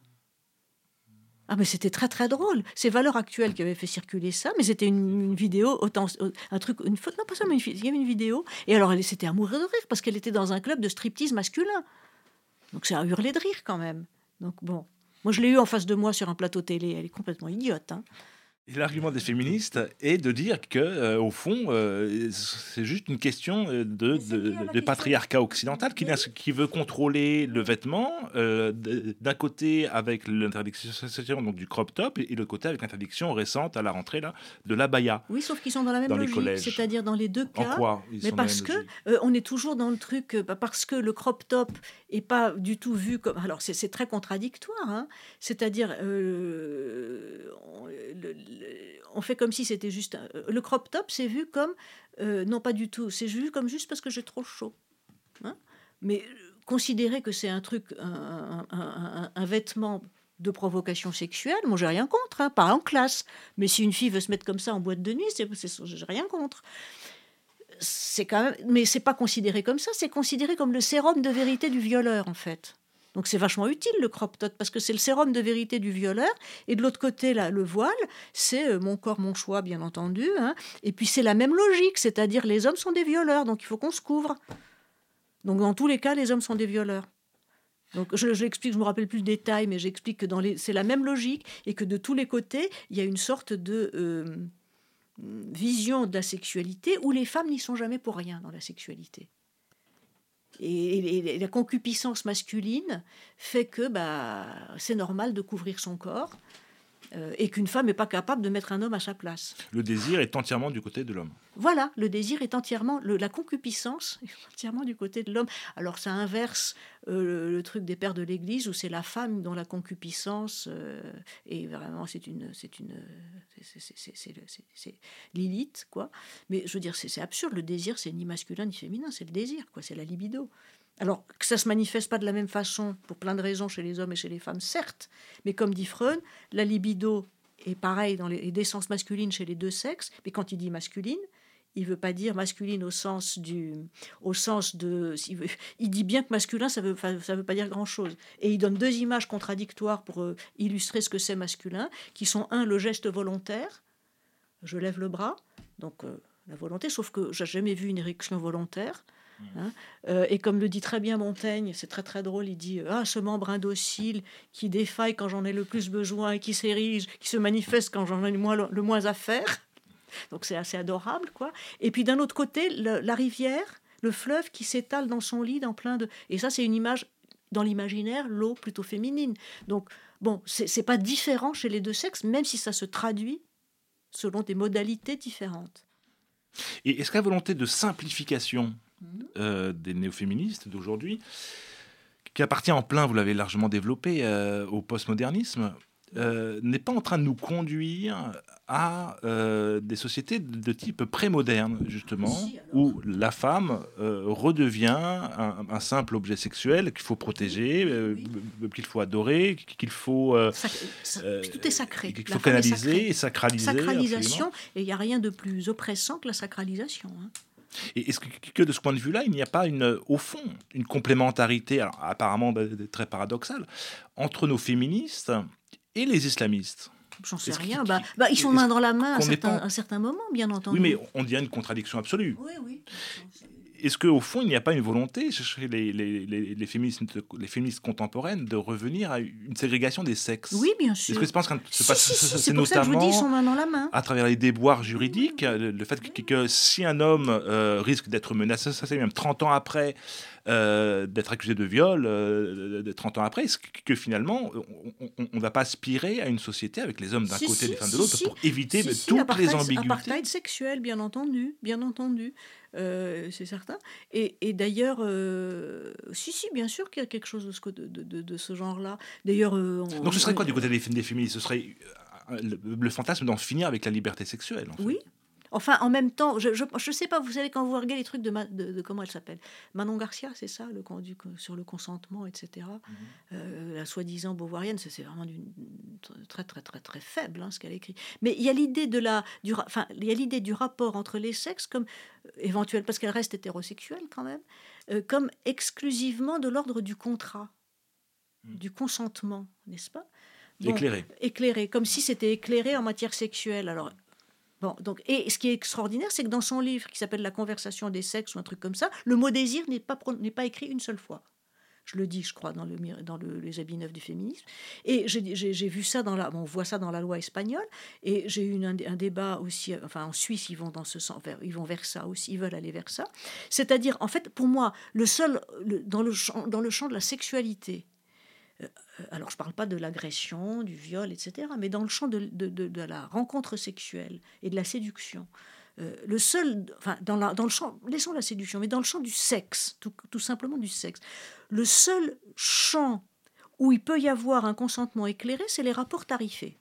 Ah, mais c'était très très drôle. C'est Valeurs Actuelles qui avait fait circuler ça, mais c'était une, une vidéo, autant, un truc, une faute, non pas ça, mais une, il y avait une vidéo. Et alors, elle, c'était à mourir de rire parce qu'elle était dans un club de striptease masculin. Donc c'est à hurler de rire quand même. Donc bon, moi je l'ai eu en face de moi sur un plateau télé. Elle est complètement idiote, hein. Et l'argument des féministes est de dire que, euh, au fond, euh, c'est juste une question de, de, de, de patriarcat occidental qui, qui veut contrôler le vêtement, euh, d'un côté avec l'interdiction donc, du crop top et de l'autre côté avec l'interdiction récente à la rentrée là, de l'abaya. Oui, sauf qu'ils sont dans la même dans logique, c'est-à-dire dans les deux cas. En quoi ils mais sont parce dans que euh, on est toujours dans le truc, euh, parce que le crop top est pas du tout vu comme. Alors c'est, c'est très contradictoire, hein. C'est-à-dire euh, on, le, on fait comme si c'était juste un... le crop top, c'est vu comme euh, non pas du tout, c'est vu comme juste parce que j'ai trop chaud, hein. Mais considérer que c'est un truc, un, un, un, un vêtement de provocation sexuelle, moi j'ai rien contre, hein, pas en classe, mais si une fille veut se mettre comme ça en boîte de nuit, c'est, c'est, j'ai rien contre. C'est quand même, mais c'est pas considéré comme ça, c'est considéré comme le sérum de vérité du violeur en fait. Donc c'est vachement utile le crop top parce que c'est le sérum de vérité du violeur et de l'autre côté là, le voile, c'est euh, mon corps, mon choix bien entendu, hein. Et puis c'est la même logique, c'est-à-dire les hommes sont des violeurs, donc il faut qu'on se couvre. Donc dans tous les cas, les hommes sont des violeurs. Donc je, je l'explique, je me rappelle plus le détail, mais j'explique que dans les, c'est la même logique et que de tous les côtés, il y a une sorte de euh, vision de la sexualité où les femmes n'y sont jamais pour rien dans la sexualité. Et, et, et la concupiscence masculine fait que bah, c'est normal de couvrir son corps euh, et qu'une femme n'est pas capable de mettre un homme à sa place. Le désir est entièrement du côté de l'homme. Voilà, le désir est entièrement, le, la concupiscence est entièrement du côté de l'homme. Alors ça inverse euh, le, le truc des pères de l'Église où c'est la femme dont la concupiscence euh, est vraiment, c'est une, c'est une, c'est, c'est, c'est, c'est, c'est, c'est Lilith, quoi. Mais je veux dire, c'est, c'est absurde. Le désir, c'est ni masculin ni féminin, c'est le désir, quoi. C'est la libido. Alors que ça se manifeste pas de la même façon pour plein de raisons chez les hommes et chez les femmes, certes. Mais comme dit Freud, la libido est pareil dans les d'essence masculine chez les deux sexes. Mais quand il dit masculine, il veut pas dire masculine au sens du, au sens de, il, veut, il dit bien que masculin, ça veut, ça veut pas dire grand chose. Et il donne deux images contradictoires pour euh, illustrer ce que c'est masculin, qui sont un, le geste volontaire, je lève le bras, donc euh, la volonté, sauf que j'ai jamais vu une érection volontaire. Hein, euh, et comme le dit très bien Montaigne, c'est très très drôle, il dit ah, ce membre indocile qui défaille quand j'en ai le plus besoin, qui s'érige, qui se manifeste quand j'en ai le moins, le moins à faire. Donc c'est assez adorable, quoi. Et puis d'un autre côté, le, la rivière, le fleuve qui s'étale dans son lit, dans plein de... Et ça, c'est une image, dans l'imaginaire, l'eau plutôt féminine. Donc, bon, c'est, c'est pas différent chez les deux sexes, même si ça se traduit selon des modalités différentes. Et est-ce que la volonté de simplification euh, des néo-féministes d'aujourd'hui, qui appartient en plein, vous l'avez largement développé, euh, au postmodernisme, euh, n'est pas en train de nous conduire à euh, des sociétés de, de type pré-moderne, justement, si, où la femme euh, redevient un, un simple objet sexuel qu'il faut protéger, euh, oui. qu'il faut adorer, qu'il faut... Euh, Sac- euh, tout est sacré. Qu'il faut canaliser et sacraliser. Sacralisation, absolument. Et il n'y a rien de plus oppressant que la sacralisation. Hein. Et est-ce que, que de ce point de vue-là, il n'y a pas, une, au fond, une complémentarité, alors, apparemment très paradoxale, entre nos féministes et les islamistes? J'en sais rien. Bah, bah, ils sont main dans la main à certains, pas... un certain moment, bien entendu. Oui, mais on dirait une contradiction absolue. Oui, oui. Est-ce qu'au fond, il n'y a pas une volonté chez les, les, les, les, féministes, les féministes contemporaines de revenir à une ségrégation des sexes? Oui, bien sûr. Est-ce que je pense que si, pas, si, si, c'est, c'est pour ça que je vous dis, ils sont main dans la main. À travers les déboires juridiques, le, le fait que, que si un homme euh, risque d'être menacé, ça c'est même trente ans après, euh, d'être accusé de viol, euh, de trente ans après, est-ce que, que finalement, on ne va pas aspirer à une société avec les hommes d'un si, côté et si, les femmes si, de l'autre si, pour éviter si, de si, toutes apartheid, les ambiguïtés? Apartheid sexuel, bien entendu, bien entendu. Euh, c'est certain. Et, et d'ailleurs, euh, si, si, bien sûr qu'il y a quelque chose de ce, de, de, de ce genre-là. D'ailleurs, euh, on, donc ce serait quoi on, du côté des, des féministes? Ce serait le, le fantasme d'en finir avec la liberté sexuelle, en fait. Oui. Enfin, en même temps, je je, je sais pas, vous savez, quand vous regardez les trucs de, Ma, de, de comment elle s'appelle, Manon Garcia, c'est ça, le, du, sur le consentement, et cetera. Mm-hmm. Euh, la soi-disant beauvoirienne, c'est, c'est vraiment d'une, très, très, très, très faible, hein, ce qu'elle écrit. Mais il y a l'idée de la, du, enfin, il y a l'idée du rapport entre les sexes comme euh, éventuel, parce qu'elle reste hétérosexuelle quand même, euh, comme exclusivement de l'ordre du contrat, mm. du consentement, n'est-ce pas? Bon, éclairé. Éclairé, comme si c'était éclairé en matière sexuelle. Alors. Bon, donc, et ce qui est extraordinaire, c'est que dans son livre qui s'appelle La conversation des sexes ou un truc comme ça, le mot désir n'est pas, n'est pas écrit une seule fois. Je le dis, je crois, dans, le, dans le, les habits neufs du féminisme. Et j'ai, j'ai, j'ai vu ça dans la, bon, on voit ça dans la loi espagnole. Et j'ai eu un, un débat aussi, enfin en Suisse, ils vont dans ce sens, vers, ils vont vers ça aussi, ils veulent aller vers ça. C'est-à-dire, en fait, pour moi, le seul, le, dans, le champ, dans le champ de la sexualité, alors je ne parle pas de l'agression, du viol, et cetera, mais dans le champ de, de, de, de la rencontre sexuelle et de la séduction, euh, le seul, enfin dans, la, dans le champ, laissons la séduction, mais dans le champ du sexe, tout, tout simplement du sexe, le seul champ où il peut y avoir un consentement éclairé, c'est les rapports tarifés.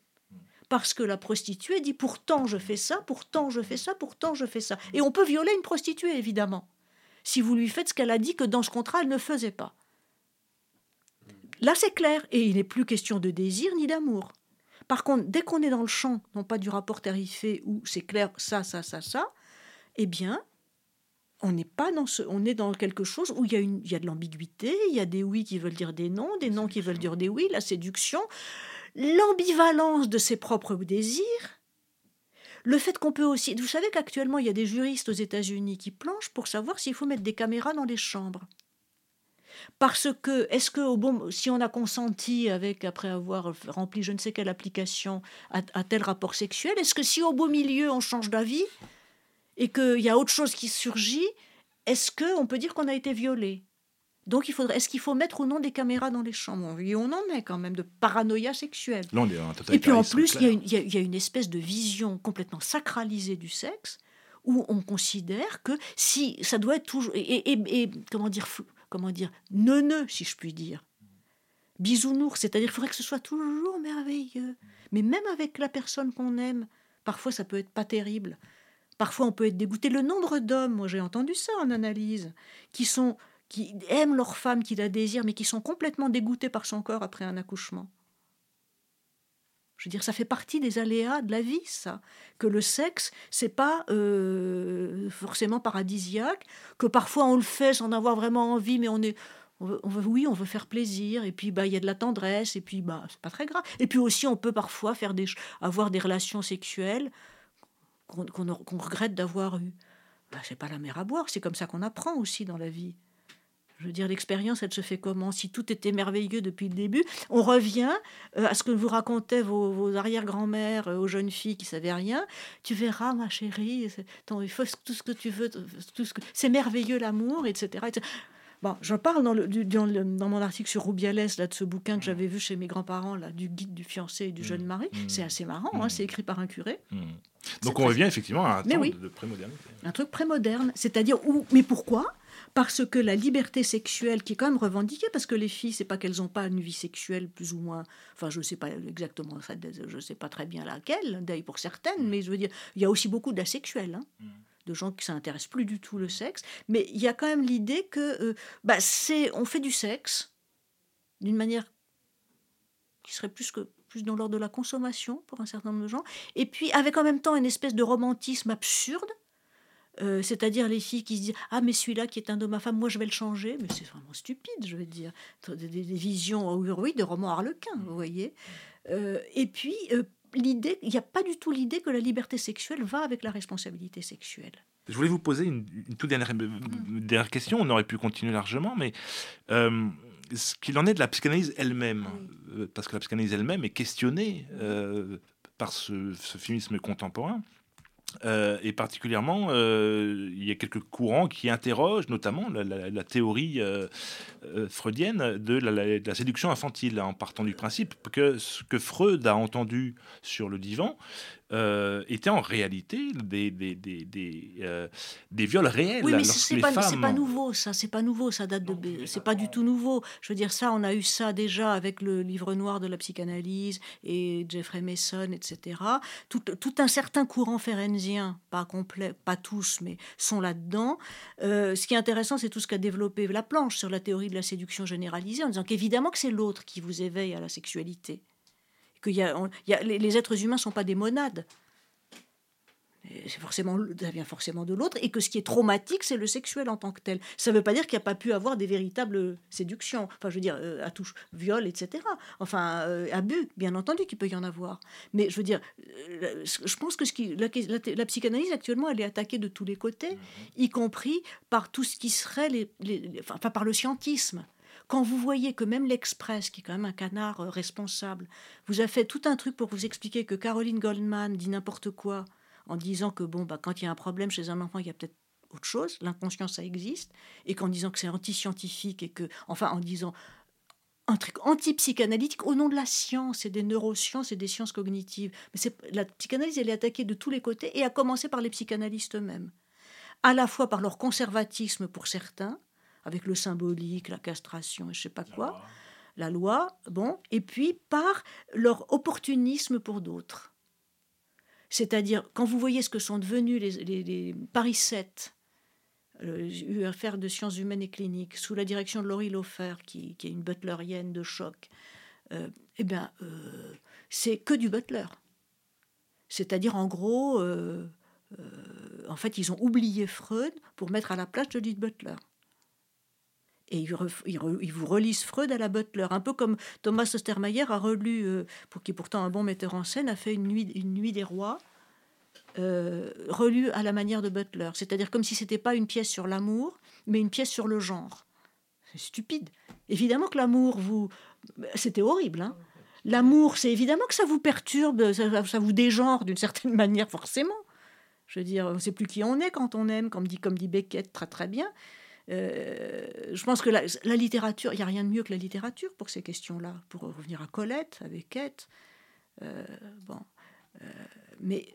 Parce que la prostituée dit pourtant je fais ça, pourtant je fais ça, pourtant je fais ça. Et on peut violer une prostituée, évidemment, si vous lui faites ce qu'elle a dit que dans ce contrat, elle ne faisait pas. Là, c'est clair, et il n'est plus question de désir ni d'amour. Par contre, dès qu'on est dans le champ, non pas du rapport tarifé, où c'est clair, ça, ça, ça, ça, eh bien, on n'est pas dans ce, on est dans quelque chose où il y a une, il y a de l'ambiguïté, il y a des oui qui veulent dire des non, des non qui veulent dire des oui, la séduction, l'ambivalence de ses propres désirs, le fait qu'on peut aussi... Vous savez qu'actuellement, il y a des juristes aux États-Unis qui planchent pour savoir s'il faut mettre des caméras dans les chambres. Parce que, est-ce que au bon, si on a consenti avec, après avoir rempli je ne sais quelle application à, à tel rapport sexuel, est-ce que si au beau milieu on change d'avis et qu'il y a autre chose qui surgit, est-ce qu'on peut dire qu'on a été violé? Donc, il faudrait, est-ce qu'il faut mettre ou non des caméras dans les chambres? Et on en est quand même de paranoïa sexuelle. Là, on est un et puis en plus, il y, a une, il, y a, il y a une espèce de vision complètement sacralisée du sexe où on considère que si ça doit être toujours... Et, et, et, et comment dire... comment dire, neuneux, si je puis dire. Bisounours, c'est-à-dire qu'il faudrait que ce soit toujours merveilleux. Mais même avec la personne qu'on aime, parfois ça peut être pas terrible. Parfois on peut être dégoûté. Le nombre d'hommes, moi j'ai entendu ça en analyse, qui, sont, qui aiment leur femme, qui la désirent, mais qui sont complètement dégoûtés par son corps après un accouchement. Je veux dire, ça fait partie des aléas de la vie, ça. Que le sexe, c'est pas euh, forcément paradisiaque, que parfois on le fait sans avoir vraiment envie, mais on est, on veut, on veut, oui, on veut faire plaisir, et puis bah il y a de la tendresse, et puis bah c'est pas très grave. Et puis aussi, on peut parfois faire des, avoir des relations sexuelles qu'on, qu'on, qu'on regrette d'avoir eues. Bah, c'est pas la mer à boire, c'est comme ça qu'on apprend aussi dans la vie. Je veux dire, l'expérience, elle se fait comment? Si tout était merveilleux depuis le début, on revient euh, à ce que vous racontaient vos, vos arrière-grand-mères euh, aux jeunes filles qui ne savaient rien. Tu verras, ma chérie, attends, il faut tout ce que tu veux, tout ce que... c'est merveilleux l'amour, et cetera, et cetera. Bon, j'en parle dans, le, du, dans, le, dans mon article sur Rubiales, là, de ce bouquin que j'avais vu chez mes grands-parents, là, du guide du fiancé et du mmh. jeune mari. Mmh. C'est assez marrant, mmh. hein, c'est écrit par un curé. Mmh. Donc on revient effectivement à un mais temps oui, de prémodernité. Un truc prémoderne, c'est-à-dire où, mais pourquoi ? Parce que la liberté sexuelle qui est quand même revendiquée, parce que les filles, c'est pas qu'elles n'ont pas une vie sexuelle plus ou moins, enfin je sais pas exactement, je sais pas très bien laquelle, d'ailleurs pour certaines, mais je veux dire, il y a aussi beaucoup d'asexuels, hein, mmh. de gens qui s'intéressent plus du tout le sexe, mais il y a quand même l'idée que euh, bah, c'est, on fait du sexe d'une manière qui serait plus que plus dans l'ordre de la consommation pour un certain nombre de gens, et puis avec en même temps une espèce de romantisme absurde, euh, c'est-à-dire les filles qui se disent « Ah, mais celui-là qui est un homme à femme, moi je vais le changer », mais c'est vraiment stupide, je veux dire. Des, des, des visions, oui, de romans harlequins, vous voyez. Euh, et puis, euh, l'idée, il n'y a pas du tout l'idée que la liberté sexuelle va avec la responsabilité sexuelle. Je voulais vous poser une, une toute dernière, une dernière question, on aurait pu continuer largement, mais... Euh, ce qu'il en est de la psychanalyse elle-même, oui. parce que la psychanalyse elle-même est questionnée euh, par ce, ce féminisme contemporain, euh, et particulièrement, euh, il y a quelques courants qui interrogent notamment la, la, la théorie euh, euh, freudienne de la, la, de la séduction infantile, en partant du principe que ce que Freud a entendu sur le divan Euh, étaient en réalité des, des, des, des, euh, des viols réels. Oui, mais c'est pas, femmes... c'est pas nouveau, ça. C'est pas nouveau, ça date de... Non, c'est pas du tout nouveau. Je veux dire, ça, on a eu ça déjà avec le livre noir de la psychanalyse et Jeffrey Mason, et cetera. Tout, tout un certain courant férenzien, pas complet, pas tous, mais sont là-dedans. Euh, ce qui est intéressant, c'est tout ce qu'a développé Laplanche sur la théorie de la séduction généralisée, en disant qu'évidemment que c'est l'autre qui vous éveille à la sexualité. Que y a, on, y a, les, les êtres humains ne sont pas des monades. C'est forcément, ça vient forcément de l'autre, et que ce qui est traumatique, c'est le sexuel en tant que tel. Ça ne veut pas dire qu'il n'y a pas pu avoir des véritables séductions, enfin je veux dire, euh, à touche, viol, et cetera. Enfin, euh, abus, bien entendu qu'il peut y en avoir. Mais je veux dire, euh, je pense que ce qui, la, la, la psychanalyse actuellement, elle est attaquée de tous les côtés, y compris par tout ce qui serait, les, les, les, enfin par le scientisme. Quand vous voyez que même l'Express, qui est quand même un canard euh, responsable, vous a fait tout un truc pour vous expliquer que Caroline Goldman dit n'importe quoi, en disant que bon, bah, quand il y a un problème chez un enfant, il y a peut-être autre chose, l'inconscient, ça existe, et qu'en disant que c'est anti-scientifique, et que, enfin, en disant un truc anti-psychanalytique au nom de la science et des neurosciences et des sciences cognitives. Mais c'est, la psychanalyse, elle est attaquée de tous les côtés, et à commencer par les psychanalystes eux-mêmes. À la fois par leur conservatisme pour certains, avec le symbolique, la castration, et je sais pas quoi, la loi, bon, et puis par leur opportunisme pour d'autres. C'est-à-dire, quand vous voyez ce que sont devenus les, les, les Paris sept, euh, U F R de sciences humaines et cliniques, sous la direction de Laurie Lofer, qui, qui est une butlerienne de choc, euh, eh bien, euh, c'est que du Butler. C'est-à-dire, en gros, euh, euh, en fait, ils ont oublié Freud pour mettre à la place Judith Butler. Et ils, re, ils, re, ils vous relisent Freud à la Butler, un peu comme Thomas Ostermayer a relu, euh, pour qui est pourtant un bon metteur en scène, a fait une nuit, une nuit des rois, euh, relue à la manière de Butler. C'est-à-dire comme si c'était pas une pièce sur l'amour, mais une pièce sur le genre. C'est stupide. Évidemment que l'amour, vous... C'était horrible, hein. L'amour, c'est évidemment que ça vous perturbe, ça, ça vous dégenre d'une certaine manière, forcément. Je veux dire, on ne sait plus qui on est quand on aime, comme dit, comme dit Beckett très très bien. Euh, je pense que la, la littérature, il n'y a rien de mieux que la littérature pour ces questions-là, pour revenir à Colette, avec Kate. Euh, bon, euh, mais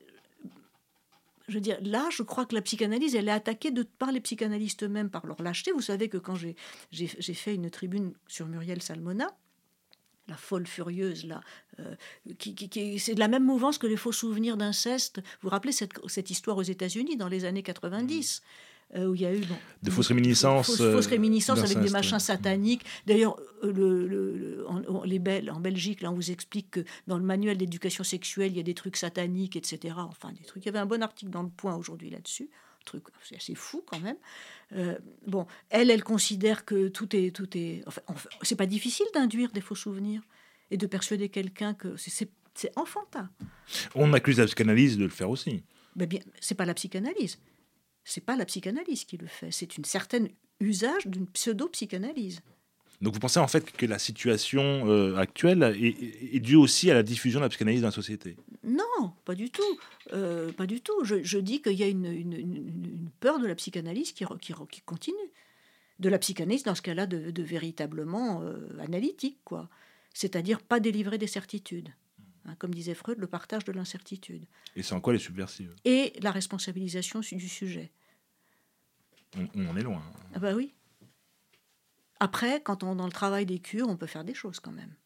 je veux dire, là, je crois que la psychanalyse, elle est attaquée de, par les psychanalystes eux-mêmes, par leur lâcheté. Vous savez que quand j'ai, j'ai, j'ai fait une tribune sur Muriel Salmona, la folle furieuse, là, euh, qui, qui, qui, c'est de la même mouvance que les faux souvenirs d'inceste. Vous vous rappelez cette, cette histoire aux États-Unis dans les années quatre-vingt-dix, euh, où il y a eu bon, de fausses réminiscences, fausses, fausses réminiscences avec des machins ouais. sataniques. D'ailleurs, le, le, le, en, les Bel, en Belgique, là, on vous explique que dans le manuel d'éducation sexuelle, il y a des trucs sataniques, et cetera. Enfin, des trucs. Il y avait un bon article dans Le Point aujourd'hui là-dessus. Truc, c'est assez fou quand même. Euh, bon, elle, elle considère que tout est, tout est. Enfin, enfin, c'est pas difficile d'induire des faux souvenirs et de persuader quelqu'un que c'est, c'est, c'est enfantin. On accuse la psychanalyse de le faire aussi. Mais bien, c'est pas la psychanalyse. C'est pas la psychanalyse qui le fait. C'est une certaine usage d'une pseudo-psychanalyse. Donc vous pensez en fait que la situation euh, actuelle est, est, est due aussi à la diffusion de la psychanalyse dans la société ? Non, pas du tout. Euh, pas du tout. Je, je dis qu'il y a une, une, une, une peur de la psychanalyse qui, qui, qui continue. de la psychanalyse dans ce cas-là de, de véritablement euh, analytique, quoi. C'est-à-dire pas délivrer des certitudes. Hein, comme disait Freud, le partage de l'incertitude. Et c'est en quoi les subversives? Et la responsabilisation du sujet. On, on en est loin. Ah bah oui. Après, quand on est dans le travail des cures, on peut faire des choses quand même.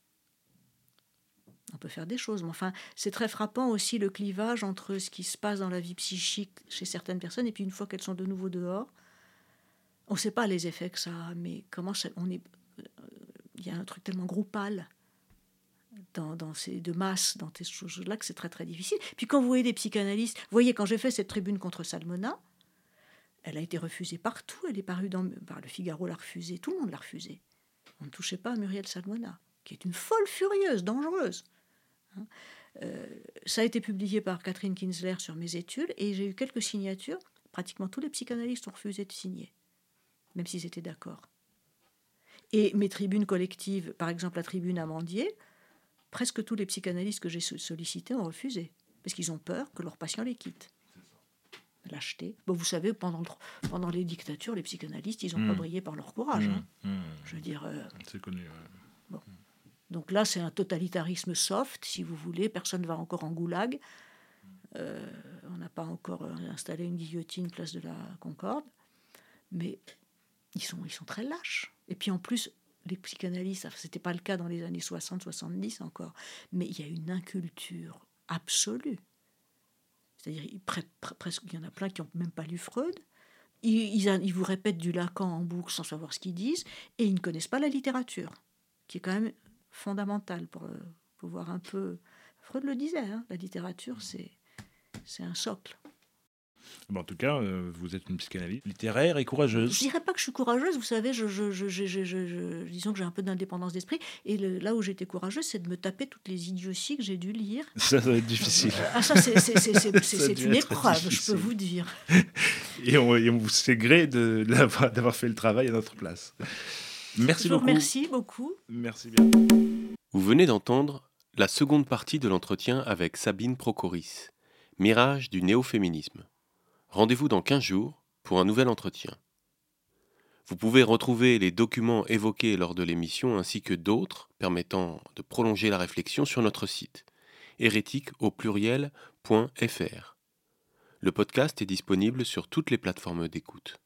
On peut faire des choses. Mais enfin, c'est très frappant aussi le clivage entre ce qui se passe dans la vie psychique chez certaines personnes et puis une fois qu'elles sont de nouveau dehors, on ne sait pas les effets que ça a, mais comment ça, on est... Il y a un truc tellement groupal dans, dans ces, de masse, dans ces choses-là, que c'est très très difficile. Puis quand vous voyez des psychanalystes, vous voyez, quand j'ai fait cette tribune contre Salmona, elle a été refusée partout, elle est parue dans... Bah, le Figaro l'a refusée, tout le monde l'a refusée. On ne touchait pas à Muriel Salmona, qui est une folle furieuse, dangereuse. Hein. Euh, ça a été publié par Catherine Kinsler sur mes études, et j'ai eu quelques signatures. Pratiquement tous les psychanalystes ont refusé de signer, même s'ils étaient d'accord. Et mes tribunes collectives, par exemple la tribune Amandier, presque tous les psychanalystes que j'ai sollicités ont refusé, parce qu'ils ont peur que leurs patients les quittent. Lâcheté. Bon, vous savez, pendant, le, pendant les dictatures, les psychanalystes, ils n'ont mmh. pas brillé par leur courage. Mmh. Hein. Mmh. Je veux dire... Euh, c'est connu, ouais. Bon. Donc là, c'est un totalitarisme soft, si vous voulez. Personne ne va encore en goulag. Euh, on n'a pas encore installé une guillotine place de la Concorde. Mais ils sont, ils sont très lâches. Et puis en plus, les psychanalystes, ce n'était pas le cas dans les années soixante soixante-dix encore, mais il y a une inculture absolue. C'est-à-dire, pre- pre- presque, il y en a plein qui n'ont même pas lu Freud. Ils, ils, ils vous répètent du Lacan en boucle sans savoir ce qu'ils disent, et ils ne connaissent pas la littérature, qui est quand même fondamentale pour euh, pouvoir un peu... Freud le disait, hein, la littérature, c'est, c'est un socle. Bon, en tout cas, euh, vous êtes une psychanalyste littéraire et courageuse. Je dirais pas que je suis courageuse, vous savez, je, je, je, je, je, je, je, disons que j'ai un peu d'indépendance d'esprit, et le, là où j'étais courageuse, c'est de me taper toutes les idioties que j'ai dû lire. Ça, ça va être difficile. Ah, ça, c'est, c'est, c'est, c'est, c'est, c'est une épreuve, difficile. Je peux vous dire. Et on, et on vous sait gré de, de l'avoir, d'avoir fait le travail à notre place. Merci beaucoup. Merci beaucoup. Merci bien. Vous venez d'entendre la seconde partie de l'entretien avec Sabine Procoris, Mirage du néo-féminisme. Rendez-vous dans quinze jours pour un nouvel entretien. Vous pouvez retrouver les documents évoqués lors de l'émission ainsi que d'autres permettant de prolonger la réflexion sur notre site hérétique au pluriel point f r. Le podcast est disponible sur toutes les plateformes d'écoute.